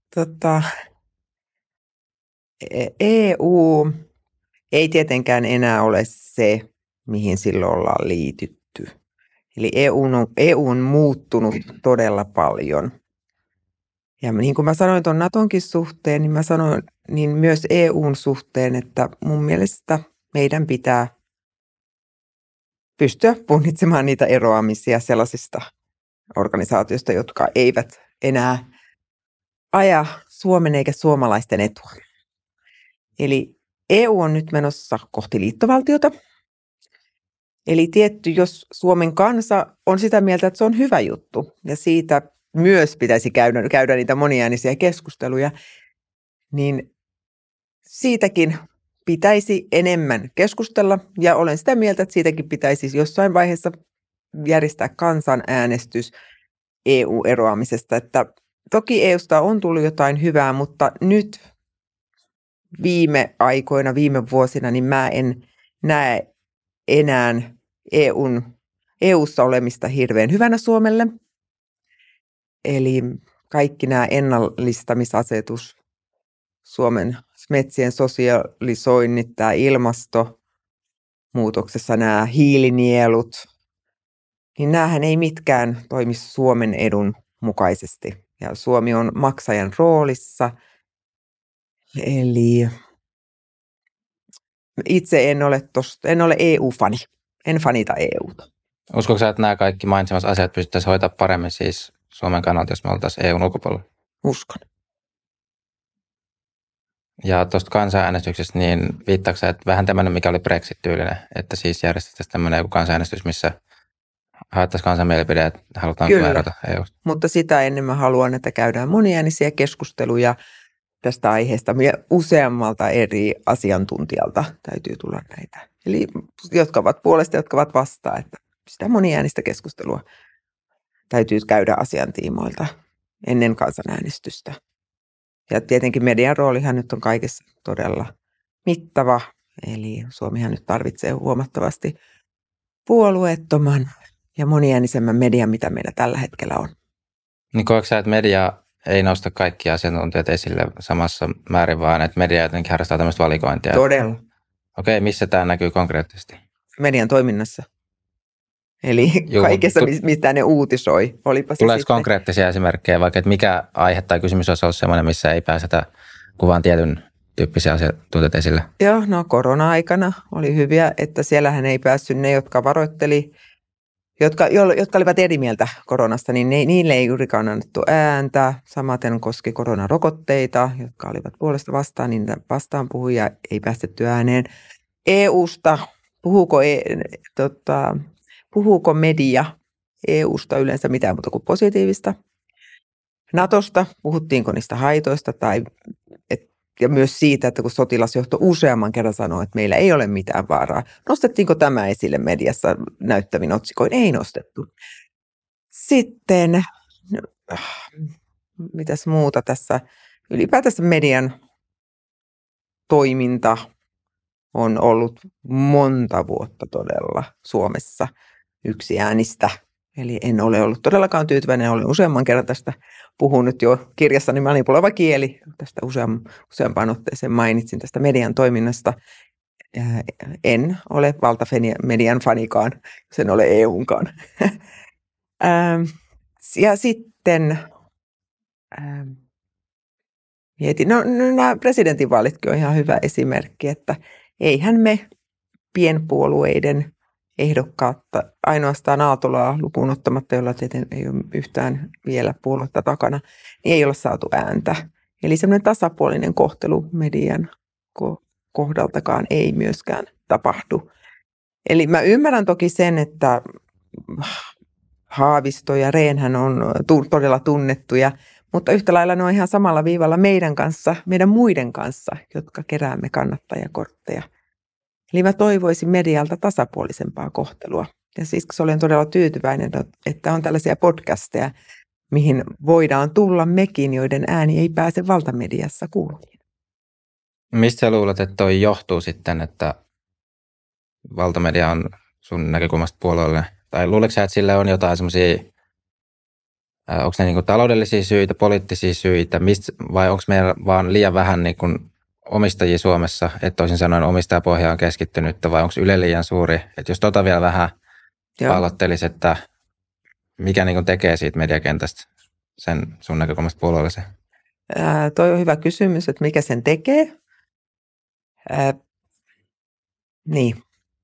EU ei tietenkään enää ole se, mihin silloin ollaan liitytty. Eli EU on muuttunut todella paljon. Ja niin kuin mä sanoin tuon Natonkin suhteen, niin mä sanoin niin myös EUn suhteen, että mun mielestä meidän pitää pystyä punnitsemaan niitä eroamisia sellaisista organisaatioista, jotka eivät enää aja Suomen eikä suomalaisten etua. Eli EU on nyt menossa kohti liittovaltiota. Eli tietty, jos Suomen kansa on sitä mieltä, että se on hyvä juttu ja siitä myös pitäisi käydä niitä moniäänisiä keskusteluja, niin siitäkin pitäisi enemmän keskustella ja olen sitä mieltä, että siitäkin pitäisi jossain vaiheessa järjestää kansanäänestys EU-eroamisesta. Että toki EUsta on tullut jotain hyvää, mutta nyt viime aikoina, viime vuosina, niin mä en näe enää EUssa olemista hirveän hyvänä Suomelle. Eli kaikki nämä ennallistamisasetus, Suomen metsien sosialisoinnit, tämä ilmastonmuutoksessa nämä hiilinielut, niin näähän ei mitkään toimi Suomen edun mukaisesti. Ja Suomi on maksajan roolissa. Eli itse en ole EU-fani. En fanita EUta. Uskotko sä, että nämä kaikki mainitsemassa asiat pystyttäisiin hoitaa paremmin siis Suomen kannalta, jos me oltaisiin EUn ulkopuolella? Uskon. Ja tuosta kansanäänestyksestä, niin viittaako sä, että vähän tämmöinen, mikä oli Brexit-tyylinen, että siis järjestettäisiin tämmöinen joku kansanäänestys, missä haettaisiin kansan mielipide, että halutaan erota EUsta? Mutta sitä ennen mä haluan, että käydään moniäänisiä keskusteluja tästä aiheesta. Useammalta eri asiantuntijalta täytyy tulla näitä. Eli jotka ovat puolesta, jotka ovat vastaan, että sitä moniäänistä keskustelua täytyy käydä asiantiimoilta ennen kansanäänestystä. Ja tietenkin median roolihan nyt on kaikessa todella mittava. Eli Suomihan nyt tarvitsee huomattavasti puolueettoman ja moniäänisemmän median, mitä meillä tällä hetkellä on. Niin koetko sä, että media ei nosta kaikkia asiantuntijat esille samassa määrin, vaan että media jotenkin harrastaa tämmöistä valikointia? Todella. Okei, missä tämä näkyy konkreettisesti? Median toiminnassa. Eli kaikessa, mitä ne uutisoi. Tuleeko konkreettisia esimerkkejä, vaikka että mikä aihe tai kysymys olisi ollut sellainen, missä ei pääsetä kuvaan tietyn tyyppisiä asiantuntijoita esille? Joo, no korona-aikana oli hyviä, että siellähän ei päässyt ne, jotka varoitteli, jotka olivat eri mieltä koronasta, niin niille ei juurikaan annettu ääntä. Samaten koski koronarokotteita, jotka olivat puolesta vastaan, niin vastaan puhuja ei päästetty ääneen. EUsta, puhuuko media EUsta yleensä mitään muuta kuin positiivista? Natosta, puhuttiinko niistä haitoista ja myös siitä, että kun sotilasjohto useamman kerran sanoi, että meillä ei ole mitään vaaraa. Nostettiinko tämä esille mediassa näyttävin otsikoin? Ei nostettu. Sitten, mitäs muuta tässä? Ylipäätänsä median toiminta on ollut monta vuotta todella Suomessa yksiäänistä. Eli en ole ollut todellakaan tyytyväinen. Olen useamman kerran tästä puhunut jo kirjassani Manipuloiva kieli. Tästä useampaan otteeseen mainitsin tästä median toiminnasta. En ole valtamedian fanikaan, jos en ole EUnkaan. Ja sitten mietin, nämä presidentinvaalitkin on ihan hyvä esimerkki, että eihän me pienpuolueiden ehdokkaata, ainoastaan Aaltolaa lukuun ottamatta, jolla ei ole yhtään vielä puoluetta takana, niin ei ole saatu ääntä. Eli semmoinen tasapuolinen kohtelu median kohdaltakaan ei myöskään tapahdu. Eli mä ymmärrän toki sen, että Haavisto ja Rehnhän on todella tunnettuja, mutta yhtä lailla ne on ihan samalla viivalla meidän kanssa, meidän muiden kanssa, jotka keräämme kannattajakortteja. Eli mä toivoisin medialta tasapuolisempaa kohtelua. Ja siksi olen todella tyytyväinen, että on tällaisia podcasteja, mihin voidaan tulla mekin, joiden ääni ei pääse valtamediassa kuuluviin. Mistä sä luulet, että toi johtuu sitten, että valtamedia on sun näkökulmasta puolueellinen? Tai luuletko sä, että sillä on jotain semmoisia, onko ne niinku taloudellisia syitä, poliittisia syitä, vai onko meillä vaan liian vähän niinku omistajia Suomessa, että toisin sanoen omistajapohja on keskittynyt, vai onko Yle liian suuri? Että jos vielä vähän pallottelisi, että mikä niinku tekee siitä mediakentästä sen sun näkökulmasta puolueellisen? Toi on hyvä kysymys, että mikä sen tekee. Niin.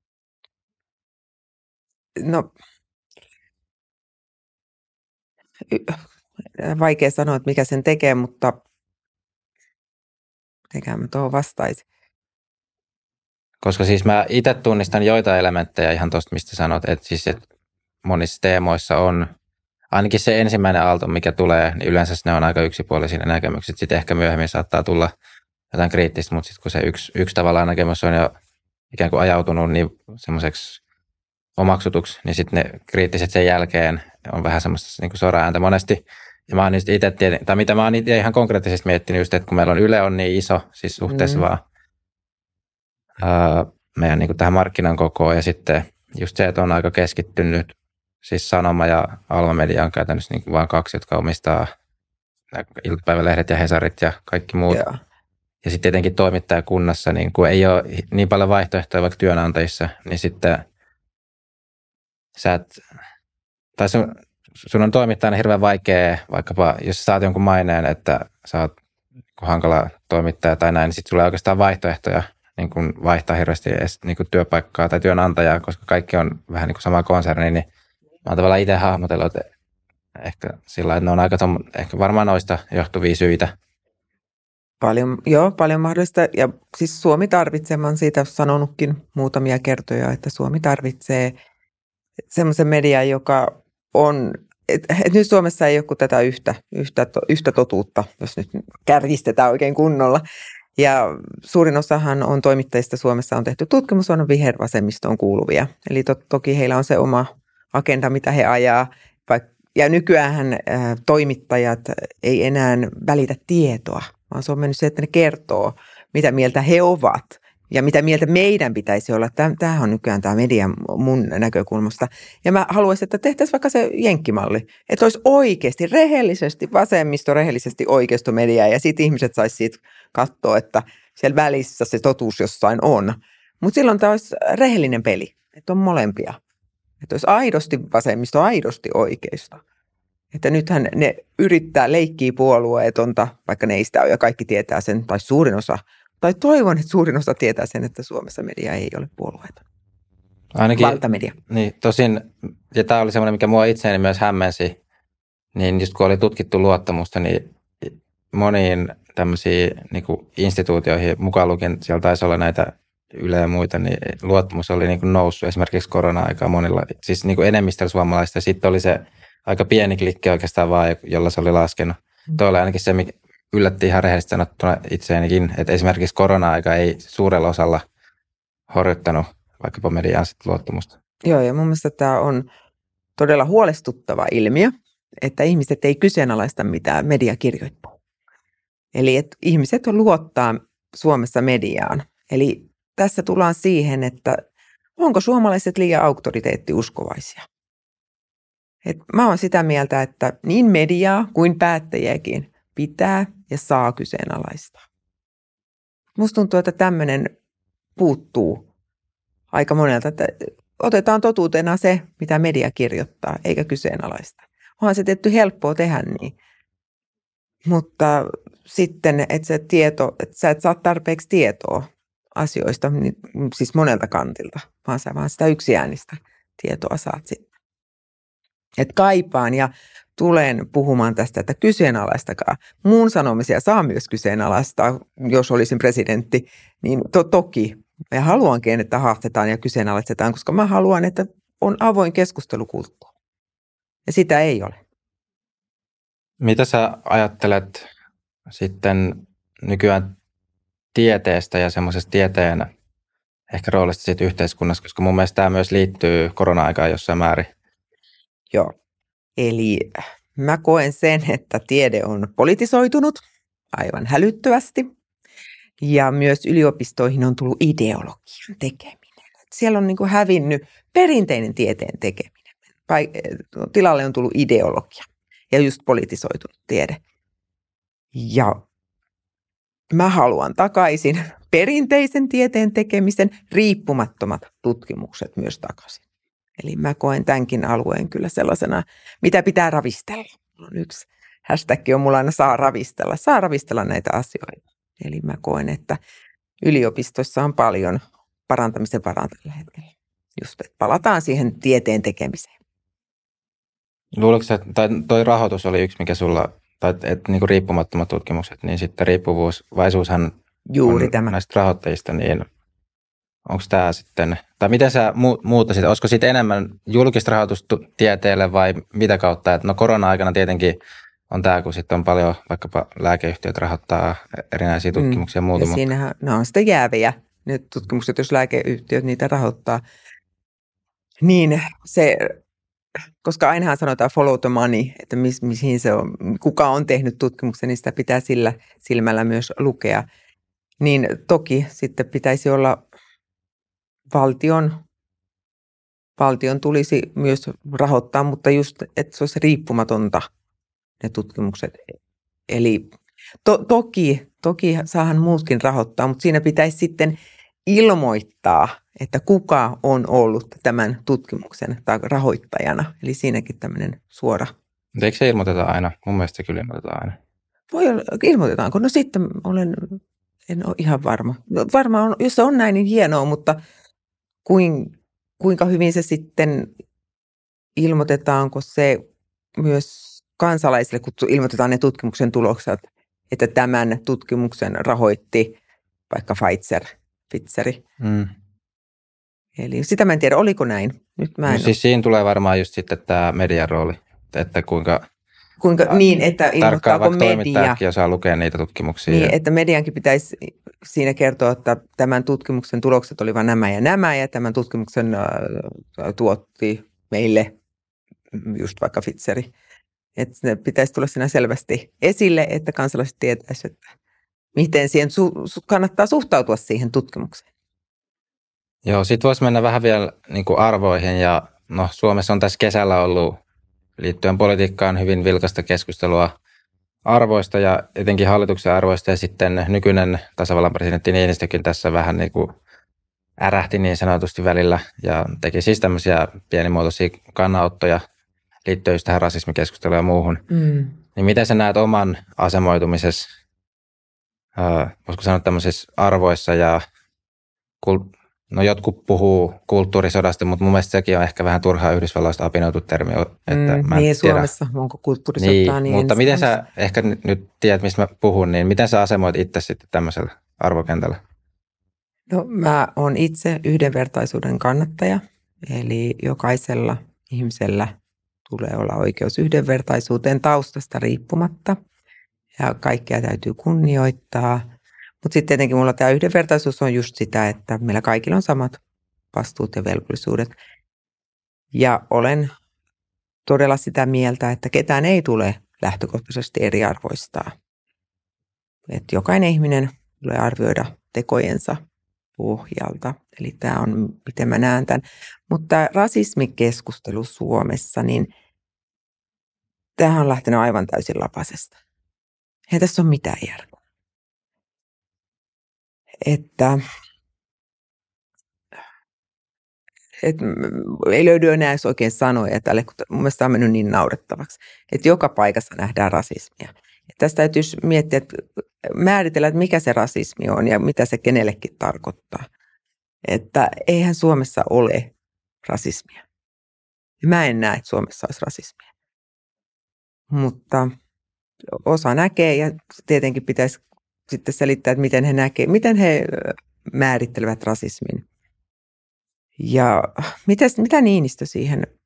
No, vaikea sanoa, että mikä sen tekee, mutta mitenkään mä tuohon vastaisin. Koska siis mä itse tunnistan joitain elementtejä ihan tuosta, mistä sanot, että siis että monissa teemoissa on ainakin se ensimmäinen aalto, mikä tulee, niin yleensä ne on aika yksipuolisia ne näkemykset. Sitten ehkä myöhemmin saattaa tulla jotain kriittistä, mutta sitten kun se yksi tavallaan näkemys on jo ikään kuin ajautunut niin semmoiseksi omaksutuksi, niin sitten ne kriittiset sen jälkeen on vähän semmoista niin kuin soraääntä monesti. Ja mä oon itse tai mitä mä oon itse ihan konkreettisesti miettinyt just, että kun meillä on Yle on niin iso, siis suhteessa vaan meidän niin kuin tähän markkinan kokoon ja sitten just se, että on aika keskittynyt, siis Sanoma ja Alma Media on käytännössä niin kuin vaan kaksi, jotka omistaa iltapäivälehdet ja Hesarit ja kaikki muut. Joo. Ja sitten tietenkin toimittajakunnassa, niin kun ei ole niin paljon vaihtoehtoja vaikka työnantajissa, niin sitten sun on toimittajana hirveän vaikea, vaikkapa jos saat jonkun maineen, että sä oot hankala toimittaja tai näin, niin sitten sulla ei oikeastaan vaihtoehtoja niin kun vaihtaa hirveästi edes niin kun työpaikkaa tai työnantajaa, koska kaikki on vähän niin kuin sama konserni, niin mä oon tavallaan itse hahmotellut, että ehkä sillä että ne on aika ehkä varmaan noista johtuvia syitä. Paljon mahdollista. Ja siis Suomi tarvitsee, mä oon siitä sanonutkin muutamia kertoja, että Suomi tarvitsee semmoisen median, joka on, että nyt Suomessa ei ole kuin tätä yhtä totuutta, jos nyt kärjistetään oikein kunnolla. Ja suurin osahan on toimittajista Suomessa on tehty tutkimus, on vihervasemmistoon kuuluvia. Eli toki heillä on se oma agenda, mitä he ajaa. Ja nykyäänhän toimittajat ei enää välitä tietoa, vaan se on mennyt se, että ne kertoo, mitä mieltä he ovat ja mitä mieltä meidän pitäisi olla. Tämähän on nykyään tämä media mun näkökulmasta. Ja mä haluaisin, että tehtäisiin vaikka se jenkkimalli, että olisi oikeasti rehellisesti vasemmisto, rehellisesti oikeistomedia ja sitten ihmiset saisi siitä katsoa, että siellä välissä se totuus jossain on. Mutta silloin tämä olisi rehellinen peli, että on molempia. Että olisi aidosti vasemmisto, aidosti oikeisto. Että nythän ne yrittää leikkiä puolueetonta, vaikka ne ei sitä ole ja kaikki tietää sen, tai suurin osa, tai toivon, että suurin osa tietää sen, että Suomessa media ei ole puolueeton. Ainakin, valtamedia. Niin, tosin, ja tämä oli semmoinen, mikä mua itseäni myös hämmensi, niin just kun oli tutkittu luottamusta, niin moniin tämmöisiin niin kuin instituutioihin, mukaan lukien siellä taisi olla näitä Yle ja muita, niin luottamus oli niin kuin noussut esimerkiksi korona-aikaa monilla, siis niin kuin enemmistöllä suomalaista. Sitten oli se aika pieni klikki oikeastaan vaan, jolla se oli laskenut. Tuo oli ainakin se, mikä yllätti ihan rehellisesti sanottuna itseänikin, että esimerkiksi korona-aika ei suurella osalla horjuttanut vaikkapa median luottamusta. Joo, ja mun mielestä tämä on todella huolestuttava ilmiö, että ihmiset ei kyseenalaista mitään media kirjoittaa. Eli että ihmiset luottaa Suomessa mediaan. Eli tässä tullaan siihen, että onko suomalaiset liian auktoriteettiuskovaisia. Et mä oon sitä mieltä, että niin mediaa kuin päättäjiäkin pitää ja saa kyseenalaistaa. Musta tuntuu, että tämmöinen puuttuu aika monelta, että otetaan totuutena se, mitä media kirjoittaa, eikä kyseenalaista. Onhan se tietty helppoa tehdä niin. Mutta sitten, että sä et saa tarpeeksi tietoa asioista, niin, siis monelta kantilta, vaan sä vaan sitä yksiäänistä tietoa saat sitten. Et kaipaan ja tulen puhumaan tästä, että kyseenalaistakaa. Mun sanomisia saa myös kyseenalaistaa, jos olisin presidentti, niin toki. Ja haluankin, että haastetaan ja kyseenalaistetaan, koska mä haluan, että on avoin keskustelukulttuuri. Ja sitä ei ole. Mitä sä ajattelet sitten nykyään tieteestä ja semmoisesta tieteen ehkä roolista siitä yhteiskunnassa, koska mun mielestä tämä myös liittyy korona-aikaan jossain määrin. Joo. Eli mä koen sen, että tiede on politisoitunut aivan hälyttävästi. Ja myös yliopistoihin on tullut ideologian tekeminen. Siellä on niin kuin hävinnyt perinteinen tieteen tekeminen. Tilalle on tullut ideologia ja just politisoitunut tiede. Ja mä haluan takaisin perinteisen tieteen tekemisen, riippumattomat tutkimukset myös takaisin. Eli mä koen tämänkin alueen kyllä sellaisena, mitä pitää ravistella. On yksi hashtag on mulla aina saa ravistella näitä asioita. Eli mä koen, että yliopistoissa on paljon parantamisen varaa tällä hetkellä. Just, että palataan siihen tieteen tekemiseen. Luuletko, että toi rahoitus oli yksi, mikä sulla, tai että niin kuin riippumattomat tutkimukset, niin sitten riippuvaisuushan juuri on tämä näistä rahoittajista, niin onko tämä sitten, tai miten sä muuttaisit, olisiko sitten enemmän julkista rahoitusta tieteelle vai mitä kautta, että no korona-aikana tietenkin on tämä, kun sitten on paljon vaikkapa lääkeyhtiöt rahoittaa erinäisiä tutkimuksia ja muuta. Ja siinähän ne on sitten jääviä, ne tutkimukset, jos lääkeyhtiöt niitä rahoittaa. Niin se, koska ainahan sanotaan follow the money, että mihin se on, kuka on tehnyt tutkimuksen, niin sitä pitää sillä silmällä myös lukea. Niin toki sitten pitäisi olla valtion tulisi myös rahoittaa, mutta just, että se olisi riippumatonta ne tutkimukset. Eli toki saahan muutkin rahoittaa, mutta siinä pitäisi sitten ilmoittaa, että kuka on ollut tämän tutkimuksen rahoittajana. Eli siinäkin tämmöinen suora. Mutta eikö se ilmoiteta aina? Mun mielestä se kyllä ilmoitetaan aina. Voi olla, ilmoitetaanko? No sitten en ole ihan varma. Varmaan, jos se on näin, niin hienoa, mutta kuinka hyvin se sitten ilmoitetaanko se myös kansalaisille, kun ilmoitetaan ne tutkimuksen tulokset, että tämän tutkimuksen rahoitti vaikka Pfizeri. Eli sitä mä en tiedä, oliko näin. Nyt mä en siis siinä tulee varmaan just sitten tämä median rooli, että kuinka niin, että tarkkaan vaikka media toimittajakin osaa lukea niitä tutkimuksia. Niin, että mediankin pitäisi siinä kertoa, että tämän tutkimuksen tulokset olivat nämä ja tämän tutkimuksen tuotti meille just vaikka Pfizeri. Että ne pitäisi tulla siinä selvästi esille, että kansalaiset tietäisivät, että miten siihen kannattaa suhtautua siihen tutkimukseen. Joo, sitten voisi mennä vähän vielä niin kuin arvoihin ja no Suomessa on tässä kesällä ollut liittyen politiikkaan hyvin vilkasta keskustelua arvoista ja etenkin hallituksen arvoista ja sitten nykyinen tasavallan presidentti Niinistökin tässä vähän niin kuin ärähti niin sanotusti välillä ja teki siis tämmöisiä pienimuotoisia kannanottoja liittyen just tähän rasismikeskusteluun ja muuhun. Niin miten sä näet oman asemoitumisessa, voisiko sanoa tämmöisissä arvoissa ja no jotkut puhuu kulttuurisodasta, mutta mun mielestä sekin on ehkä vähän turhaa Yhdysvalloista apinoitu termi. Että mä niin Suomessa, onko kulttuurisotaa? Niin mutta miten sä, ehkä nyt tiedät, mistä mä puhun, niin miten sä asemoit itse sitten tämmöisellä arvokentällä? No mä oon itse yhdenvertaisuuden kannattaja, eli jokaisella ihmisellä tulee olla oikeus yhdenvertaisuuteen taustasta riippumatta ja kaikkea täytyy kunnioittaa. Mutta sitten tietenkin mulla tämä yhdenvertaisuus on just sitä, että meillä kaikilla on samat vastuut ja velvollisuudet. Ja olen todella sitä mieltä, että ketään ei tule lähtökohtaisesti eriarvoistaa. Että jokainen ihminen tulee arvioida tekojensa pohjalta. Eli tämä on, miten mä näen tämän. Mutta rasismikeskustelu Suomessa, niin tämähän on lähtenyt aivan täysin lapasesta. Ei tässä ole mitään järkeä. Että ei löydy enää oikein sanoja tälle, kun mun mielestä tämä on mennyt niin naurettavaksi, että joka paikassa nähdään rasismia. Ja tästä täytyisi miettiä, että määritellä, että mikä se rasismi on ja mitä se kenellekin tarkoittaa. Että eihän Suomessa ole rasismia. Mä en näe, että Suomessa olisi rasismia. Mutta osa näkee ja tietenkin pitäisi sitten selittää, että miten he näkee, miten he määrittelevät rasismin. Ja mitä Niinistö siihen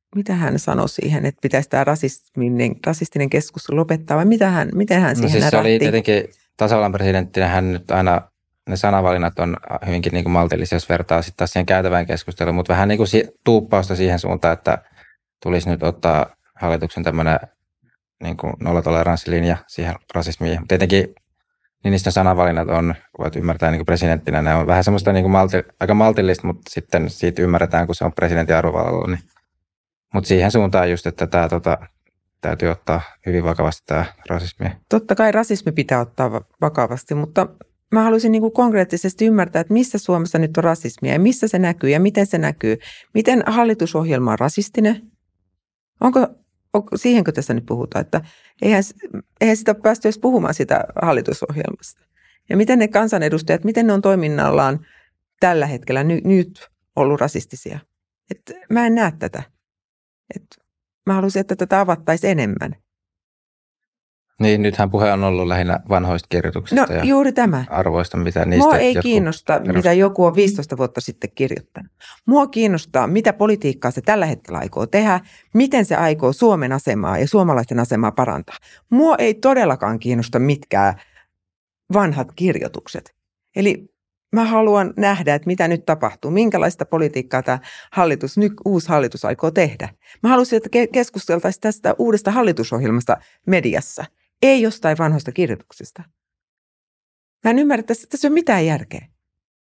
mitä hän sanoi siihen, että pitäisi tämä rasistinen keskustelu lopettaa, vai miten hän siihen siis se närähti? oli tietenkin tasavallan presidenttinä, hän nyt aina, ne sanavalinnat on hyvinkin niin kuin maltillisia, jos vertaa sitten taas siihen käytävään keskusteluun, mutta vähän niin kuin tuuppausta siihen suuntaan, että tulisi nyt ottaa hallituksen tämmöinen niin kuin nollatoleranssilinja siihen rasismiin. Tietenkin niistä sanavalinnat on, voit ymmärtää niin kuin presidenttinä, ne on vähän semmoista niin kuin aika maltillista, mutta sitten siitä ymmärretään, kun se on presidentin arvovallalla. Niin. Mutta siihen suuntaan just, että tämä täytyy ottaa hyvin vakavasti tämä rasismi. Totta kai rasismi pitää ottaa vakavasti, mutta mä haluaisin niin kuin konkreettisesti ymmärtää, että missä Suomessa nyt on rasismia ja missä se näkyy ja miten se näkyy. Miten hallitusohjelma on rasistinen? Onko siihenkö tässä nyt puhutaan, että eihän sitä ole päästy edes puhumaan sitä hallitusohjelmasta. Ja miten ne kansanedustajat, miten ne on toiminnallaan tällä hetkellä nyt ollut rasistisia? Et mä en näe tätä. Mä haluaisin, että tätä avattaisiin enemmän. Niin, nythän puhe on ollut lähinnä vanhoista kirjoituksista ja juuri tämä. Arvoista, mitä niistä Mua ei kiinnosta, mitä joku on 15 vuotta sitten kirjoittanut. Mua kiinnostaa, mitä politiikkaa se tällä hetkellä aikoo tehdä, miten se aikoo Suomen asemaa ja suomalaisten asemaa parantaa. Mua ei todellakaan kiinnosta mitkään vanhat kirjoitukset. Eli mä haluan nähdä, että mitä nyt tapahtuu, minkälaista politiikkaa tämä uusi hallitus aikoo tehdä. Mä haluaisin, että keskusteltaisiin tästä uudesta hallitusohjelmasta mediassa, ei jostain vanhoista kirjoituksista. Mä en ymmärrä, että tässä ei ole mitään järkeä.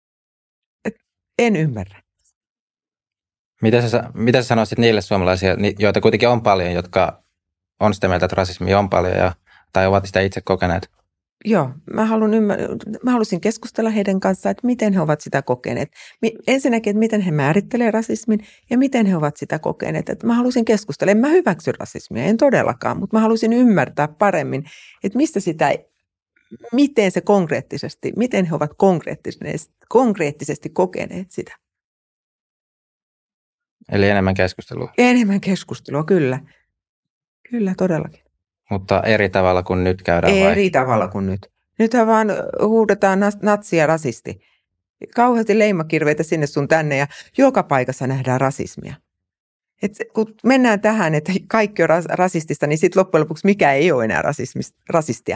En ymmärrä. Mitä sä sanoisit niille suomalaisille, joita kuitenkin on paljon, jotka on sitä mieltä, että rasismia on paljon tai ovat sitä itse kokeneet? Joo, mä haluaisin keskustella heidän kanssaan, että miten he ovat sitä kokeneet. Ensinnäkin, että miten he määrittelevät rasismin ja miten he ovat sitä kokeneet. Että mä haluaisin keskustella, en mä hyväksy rasismia, en todellakaan, mutta mä haluaisin ymmärtää paremmin, että mistä sitä, miten se konkreettisesti, miten he ovat konkreettisesti kokeneet sitä. Eli enemmän keskustelua? Enemmän keskustelua, kyllä. Kyllä, todellakin. Mutta eri tavalla kuin nyt käydään vai? Eri tavalla kuin nyt. Nythän vaan huudetaan natsi ja rasisti. Kauheasti leimakirveitä sinne sun tänne ja joka paikassa nähdään rasismia. Et kun mennään tähän, että kaikki on rasistista, niin sitten loppujen lopuksi mikä ei ole enää rasistia.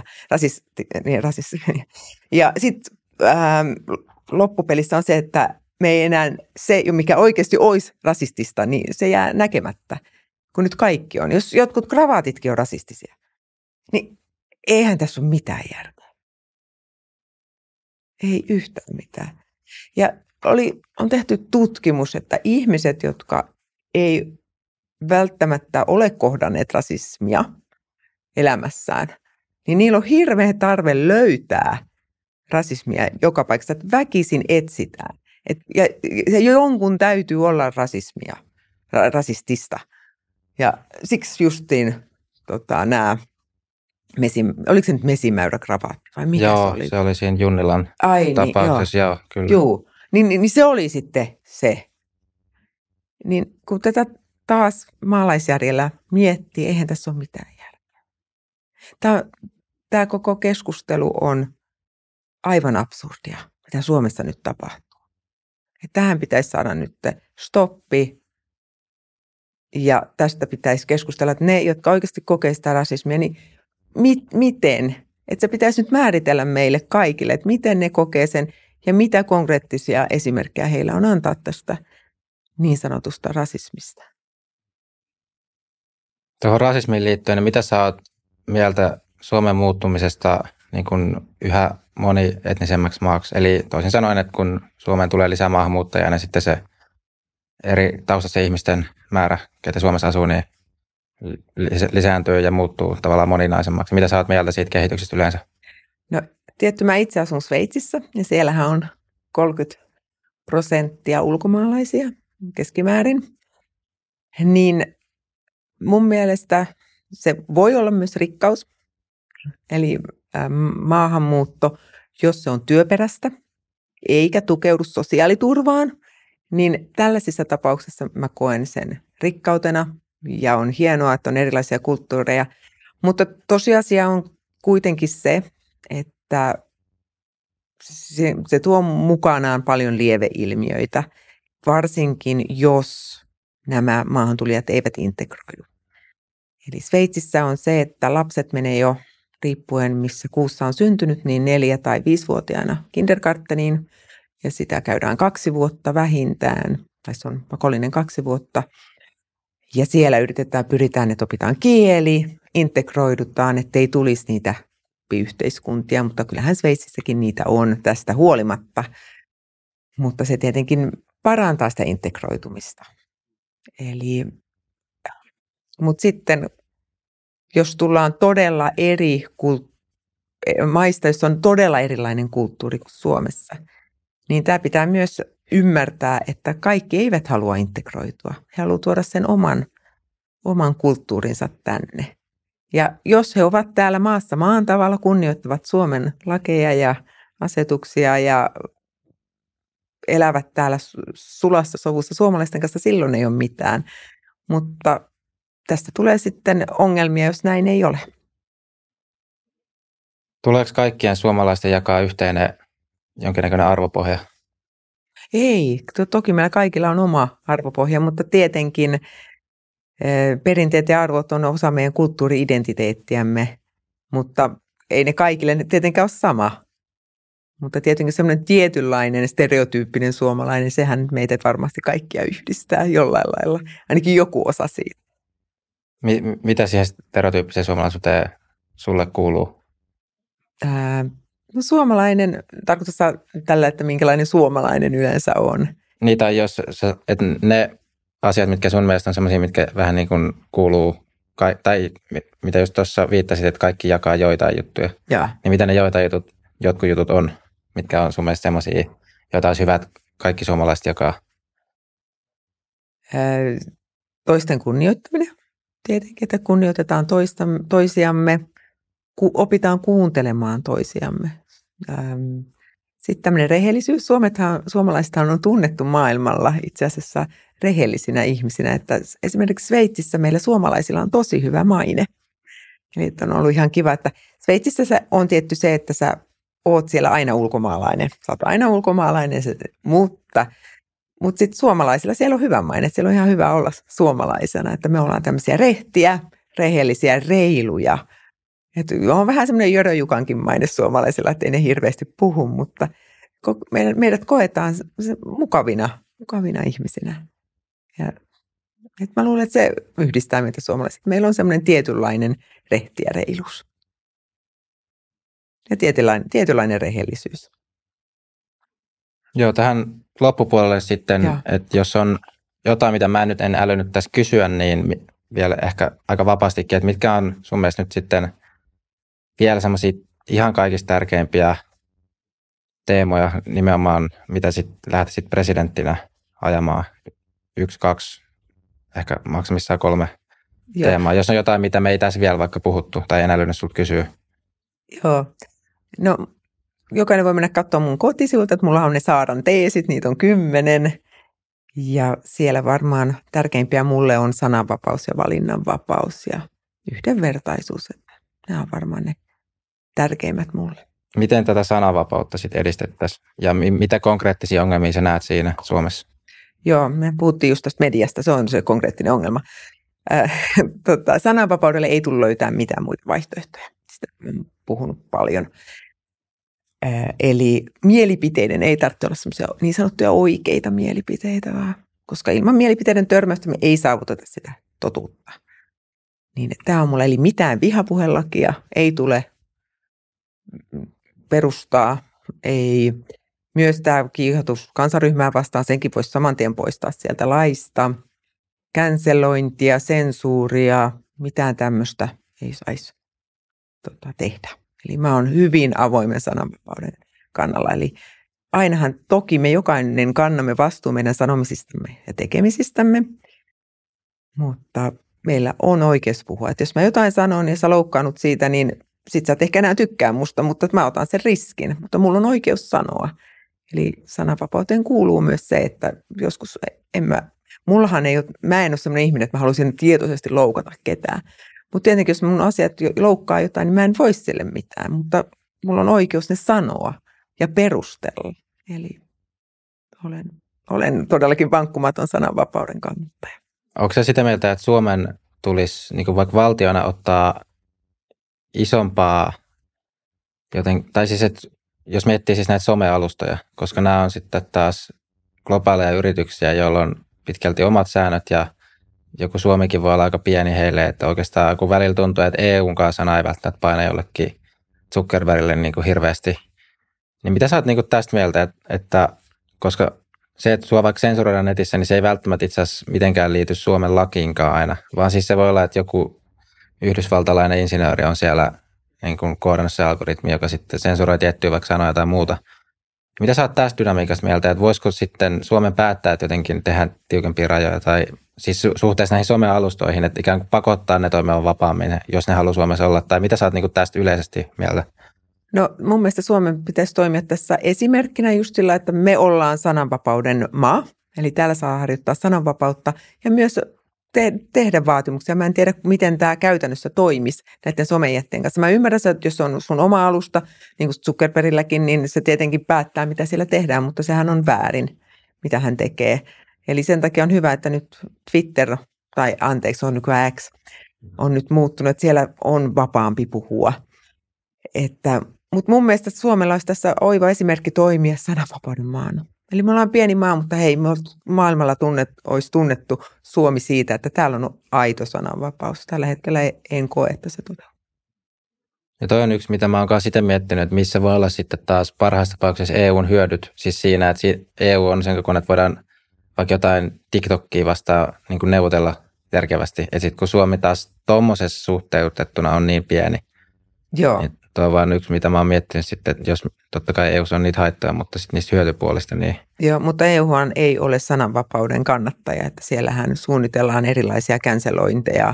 Ja sitten loppupelissä on se, että me ei enää se, mikä oikeasti olisi rasistista, niin se jää näkemättä, kun nyt kaikki on. Jos jotkut kravaatitkin on rasistisia, niin eihän tässä ole mitään järkeä. Ei yhtään mitään. Ja on tehty tutkimus, että ihmiset, jotka ei välttämättä ole kohdanneet rasismia elämässään, niin niillä on hirveä tarve löytää rasismia joka paikassa, että väkisin etsitään. Ja jonkun täytyy olla rasistista. Ja siksi justiin nämä, oliko se nyt mesimäyräkravaatti vai mikä joo, se oli? Se oli siinä Junnilan tapauksessa, joo, kyllä. Joo, niin se oli sitten se. Niin kun tätä taas maalaisjärjellä miettii, eihän tässä ole mitään järkeä. Tämä koko keskustelu on aivan absurdia, mitä Suomessa nyt tapahtuu. Ja tähän pitäisi saada nyt stoppi. Ja tästä pitäisi keskustella, että ne, jotka oikeasti kokee sitä rasismia, niin miten? Että se pitäisi nyt määritellä meille kaikille, että miten ne kokee sen ja mitä konkreettisia esimerkkejä heillä on antaa tästä niin sanotusta rasismista. Tuohon rasismiin liittyen, niin mitä sä oot mieltä Suomen muuttumisesta niin kuin yhä monietnisemmäksi maaksi? Eli toisin sanoen, että kun Suomeen tulee lisää maahanmuuttajia, niin sitten se eri taustaisten ihmisten määrä, ketä Suomessa asuu, niin lisääntyy ja muuttuu tavallaan moninaisemmaksi. Mitä sä oot mieltä siitä kehityksestä yleensä? No tietty, mä itse asun Sveitsissä ja siellähän on 30% ulkomaalaisia keskimäärin. Niin mun mielestä se voi olla myös rikkaus, eli maahanmuutto, jos se on työperäistä eikä tukeudu sosiaaliturvaan, niin tällaisissa tapauksissa mä koen sen rikkautena ja on hienoa, että on erilaisia kulttuureja. Mutta tosiasia on kuitenkin se, että se tuo mukanaan paljon lieveilmiöitä, varsinkin jos nämä maahantulijat eivät integroidu. Eli Sveitsissä on se, että lapset menee jo riippuen missä kuussa on syntynyt, niin 4- tai 5-vuotiaana kindergarteniin ja sitä käydään 2 vuotta vähintään, tai se on pakollinen 2 vuotta. Ja siellä pyritään, että opitaan kieli, integroidutaan, ettei tulisi niitä yhteiskuntia, mutta kyllähän Sveitsissäkin niitä on tästä huolimatta. Mutta se tietenkin parantaa sitä integroitumista. Mutta sitten, jos tullaan todella maista, jossa on todella erilainen kulttuuri kuin Suomessa, niin tämä pitää myös ymmärtää, että kaikki eivät halua integroitua. He haluavat tuoda sen oman kulttuurinsa tänne. Ja jos he ovat täällä maassa maan tavalla, kunnioittavat Suomen lakeja ja asetuksia ja elävät täällä sulassa sovussa suomalaisten kanssa, silloin ei ole mitään. Mutta tästä tulee sitten ongelmia, jos näin ei ole. Tuleeko kaikkien suomalaisten jakaa yhteinen jonkinnäköinen arvopohja? Ei, toki meillä kaikilla on oma arvopohja, mutta tietenkin perinteet ja arvot on osa meidän kulttuuri-identiteettiämme, mutta ei ne kaikille tietenkään ole sama. Mutta tietenkin semmoinen tietynlainen stereotyyppinen suomalainen, sehän meitä varmasti kaikkia yhdistää jollain lailla, ainakin joku osa siitä. Mitä siihen stereotyyppiseen suomalaisuuteen sulle kuuluu? No suomalainen, tarkoittaa tällä, että minkälainen suomalainen yleensä on. Niin, tai jos että ne asiat, mitkä sun mielestä on sellaisia, mitkä vähän niin kuin kuuluu, tai mitä just tuossa viittasit, että kaikki jakaa joitain juttuja. Ja. Niin mitä ne jotkut jutut on, mitkä on sun mielestä sellaisia, joita olisi hyvä, että kaikki suomalaiset jakaa? Toisten kunnioittaminen. Tietenkin, että kunnioitetaan toisiamme, opitaan kuuntelemaan toisiamme. Sitten tämmöinen rehellisyys. Suomalaisethan on tunnettu maailmalla itse asiassa rehellisinä ihmisinä, että esimerkiksi Sveitsissä meillä suomalaisilla on tosi hyvä maine. Eli on ollut ihan kiva, että Sveitsissä on tietty se, että sä oot siellä aina ulkomaalainen. Sä oot aina ulkomaalainen, mutta sitten suomalaisilla siellä on hyvä maine. Siellä on ihan hyvä olla suomalaisena, että me ollaan tämmöisiä rehtiä, rehellisiä, reiluja. Että on vähän semmoinen Jöröjukankin maine suomalaisilla, että ei ne hirveästi puhu, mutta meidät koetaan mukavina ihmisinä. Ja, mä luulen, että se yhdistää meitä suomalaiset. Meillä on semmoinen tietynlainen rehti ja reiluus. Ja tietynlainen rehellisyys. Joo, tähän loppupuolelle sitten, että jos on jotain, mitä mä nyt en älynyt tässä kysyä, niin vielä ehkä aika vapaastikin, että mitkä on sun mielestä nyt sitten vielä semmoisia ihan kaikista tärkeimpiä teemoja nimenomaan, mitä sitten lähtisit presidenttinä ajamaan? 1, 2, ehkä maksimissaan 3 teemaa. Jos on jotain, mitä me ei tässä vielä vaikka puhuttu tai en älynyt sulta kysyä. Joo, no jokainen voi mennä katsomaan mun kotisivulta, että mulla on ne Saaran teesit, niitä on 10. Ja siellä varmaan tärkeimpiä mulle on sananvapaus ja valinnanvapaus ja yhdenvertaisuus. Nämä on varmaan ne tärkeimmät mulle. Miten tätä sananvapautta sitten edistettäisiin ja mitä konkreettisia ongelmia sä näet siinä Suomessa? Joo, me puhuttiin just tästä mediasta, se on se konkreettinen ongelma. Sananvapaudelle ei tule löytää mitään muita vaihtoehtoja. Sitä olen puhunut paljon. Eli mielipiteiden ei tarvitse olla semmoisia niin sanottuja oikeita mielipiteitä, koska ilman mielipiteiden törmäystä me ei saavuteta sitä totuutta. Niin, tämä on mulla, eli mitään vihapuhelakia ei tule perustaa, ei myös tämä kiihotus kansanryhmää vastaan, senkin voisi saman tien poistaa sieltä laista. Cancelointia, sensuuria, mitään tämmöistä ei saisi tehdä. Eli mä oon hyvin avoimen sananvapauden kannalla. Eli ainahan toki me jokainen kannamme vastuun meidän sanomisistamme ja tekemisistämme, mutta meillä on oikeus puhua. Että jos mä jotain sanon ja sä loukkaannut siitä, niin sit sä et ehkä enää tykkää musta, mutta mä otan sen riskin. Mutta mulla on oikeus sanoa. Eli sananvapauteen kuuluu myös se, että joskus mä en ole sellainen ihminen, että mä haluaisin tietoisesti loukata ketään. Mutta tietenkin, jos mun asiat loukkaa jotain, niin mä en voi sille mitään. Mutta mulla on oikeus ne sanoa ja perustella. Eli olen todellakin vankkumaton sananvapauden kannattaja. onko se sitä mieltä, että Suomen tulisi niin kuin vaikka valtiona ottaa isompaa, tai siis, että jos miettii siis näitä somealustoja, koska nämä on sitten taas globaaleja yrityksiä, joilla on pitkälti omat säännöt ja joku Suomikin voi olla aika pieni heille, että oikeastaan kun välillä tuntuu, että EUn kanssa ei välttämättä paina jollekin Zuckerbergille niin kuin hirveästi, niin mitä sä oot niin kuin tästä mieltä, että koska se, että sua vaikka sensuroidaan netissä, niin se ei välttämättä itse asiassa mitenkään liity Suomen lakiinkaan aina, vaan siis se voi olla, että joku yhdysvaltalainen insinööri on siellä niin kuin koodannut se algoritmi, joka sitten sensuroi tiettyä vaikka sanoja tai muuta. Mitä sä oot tästä dynamiikasta mieltä, että voisiko sitten Suomen päättäjät jotenkin tehdä tiukempia rajoja tai siis suhteessa näihin somealustoihin, että ikään kuin pakottaa ne toimimaan vapaammin, jos ne haluaa Suomessa olla, tai mitä sä oot niin kuin tästä yleisesti mieltä? No mun mielestä Suomen pitäisi toimia tässä esimerkkinä just sillä, että me ollaan sananvapauden maa, eli täällä saa harjoittaa sananvapautta ja myös tehdä vaatimuksia. Mä en tiedä, miten tämä käytännössä toimisi näiden somejättien kanssa. Mä ymmärrän, että jos on sun oma alusta, niin kuin Zuckerbergilläkin, niin se tietenkin päättää, mitä siellä tehdään, mutta sehän on väärin, mitä hän tekee. Eli sen takia on hyvä, että nyt Twitter, tai anteeksi, on nykyään X, on nyt muuttunut, että siellä on vapaampi puhua. Mutta mun mielestä Suomella olisi tässä oiva esimerkki toimia sananvapauden maana. Eli me ollaan pieni maa, mutta hei, me maailmalla olisi tunnettu Suomi siitä, että täällä on aito sananvapaus. Tällä hetkellä en koe, että se toteutuu. Ja toi on yksi, mitä mä oon kanssa sitten miettinyt, että missä voi olla sitten taas parhaassa tapauksessa EUn hyödyt. Siis siinä, että EU on sen kokoinen, että voidaan vaikka jotain TikTokia vastaan niin kuin neuvotella järkevästi. Ja sitten kun Suomi taas tuommoisessa suhteutettuna on niin pieni, joo. Niin tuo on vaan yksi, mitä mä oon miettinyt sitten, että jos totta kai EUssa on niitä haittoja, mutta sitten niistä hyötypuolista. Niin. Joo, mutta EUhan ei ole sananvapauden kannattaja, että siellähän suunnitellaan erilaisia cancelointeja.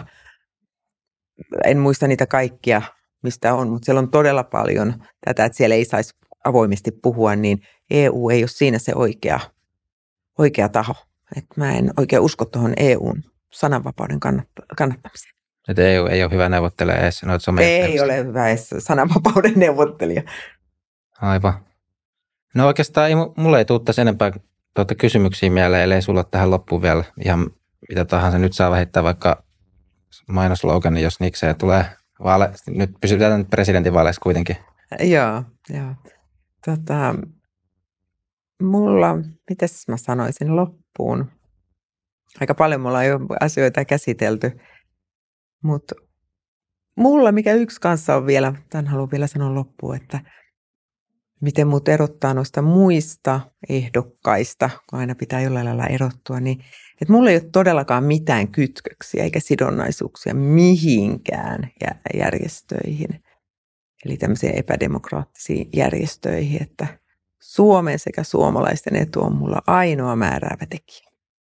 En muista niitä kaikkia, mistä on, mutta siellä on todella paljon tätä, että siellä ei saisi avoimesti puhua, niin EU ei ole siinä se oikea taho. Että mä en oikein usko tuohon EUn sananvapauden kannattamiseen. Että EU ei ole hyvä neuvottelija edes noita somejärjestelmiä. Ei ole hyvä edes sananvapauden neuvottelija. Aivan. No oikeastaan mulle ei tule tässä enempää kysymyksiä mieleen, ellei sulla tähän loppuun vielä ihan mitä tahansa. Nyt saa vähittää vaikka mainosloganin, jos nikseen tulee. Nyt pysytään nyt presidentinvaaleissa kuitenkin. Joo. Mulla, mitäs mä sanoisin loppuun? Aika paljon mulla on jo asioita käsitelty. Mutta mulla, mikä yksi kanssa on vielä, tämän haluan vielä sanoa loppuun, että miten mut erottaa noista muista ehdokkaista, kun aina pitää jollain lailla erottua, niin että mulla ei ole todellakaan mitään kytköksiä eikä sidonnaisuuksia mihinkään järjestöihin. Eli tämmöisiin epädemokraattisiin järjestöihin, että Suomen sekä suomalaisten etu on mulla ainoa määräävä tekijä.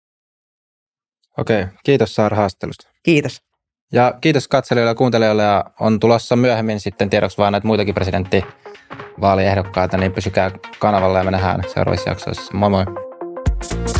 Okei, kiitos Saara haastattelusta. Kiitos. Ja kiitos katselijoille ja kuuntelijoille, ja on tulossa myöhemmin sitten tiedoksi vaan näitä muitakin presidenttivaaliehdokkaita, niin pysykää kanavalla ja me nähdään seuraavissa jaksoissa. Moi moi!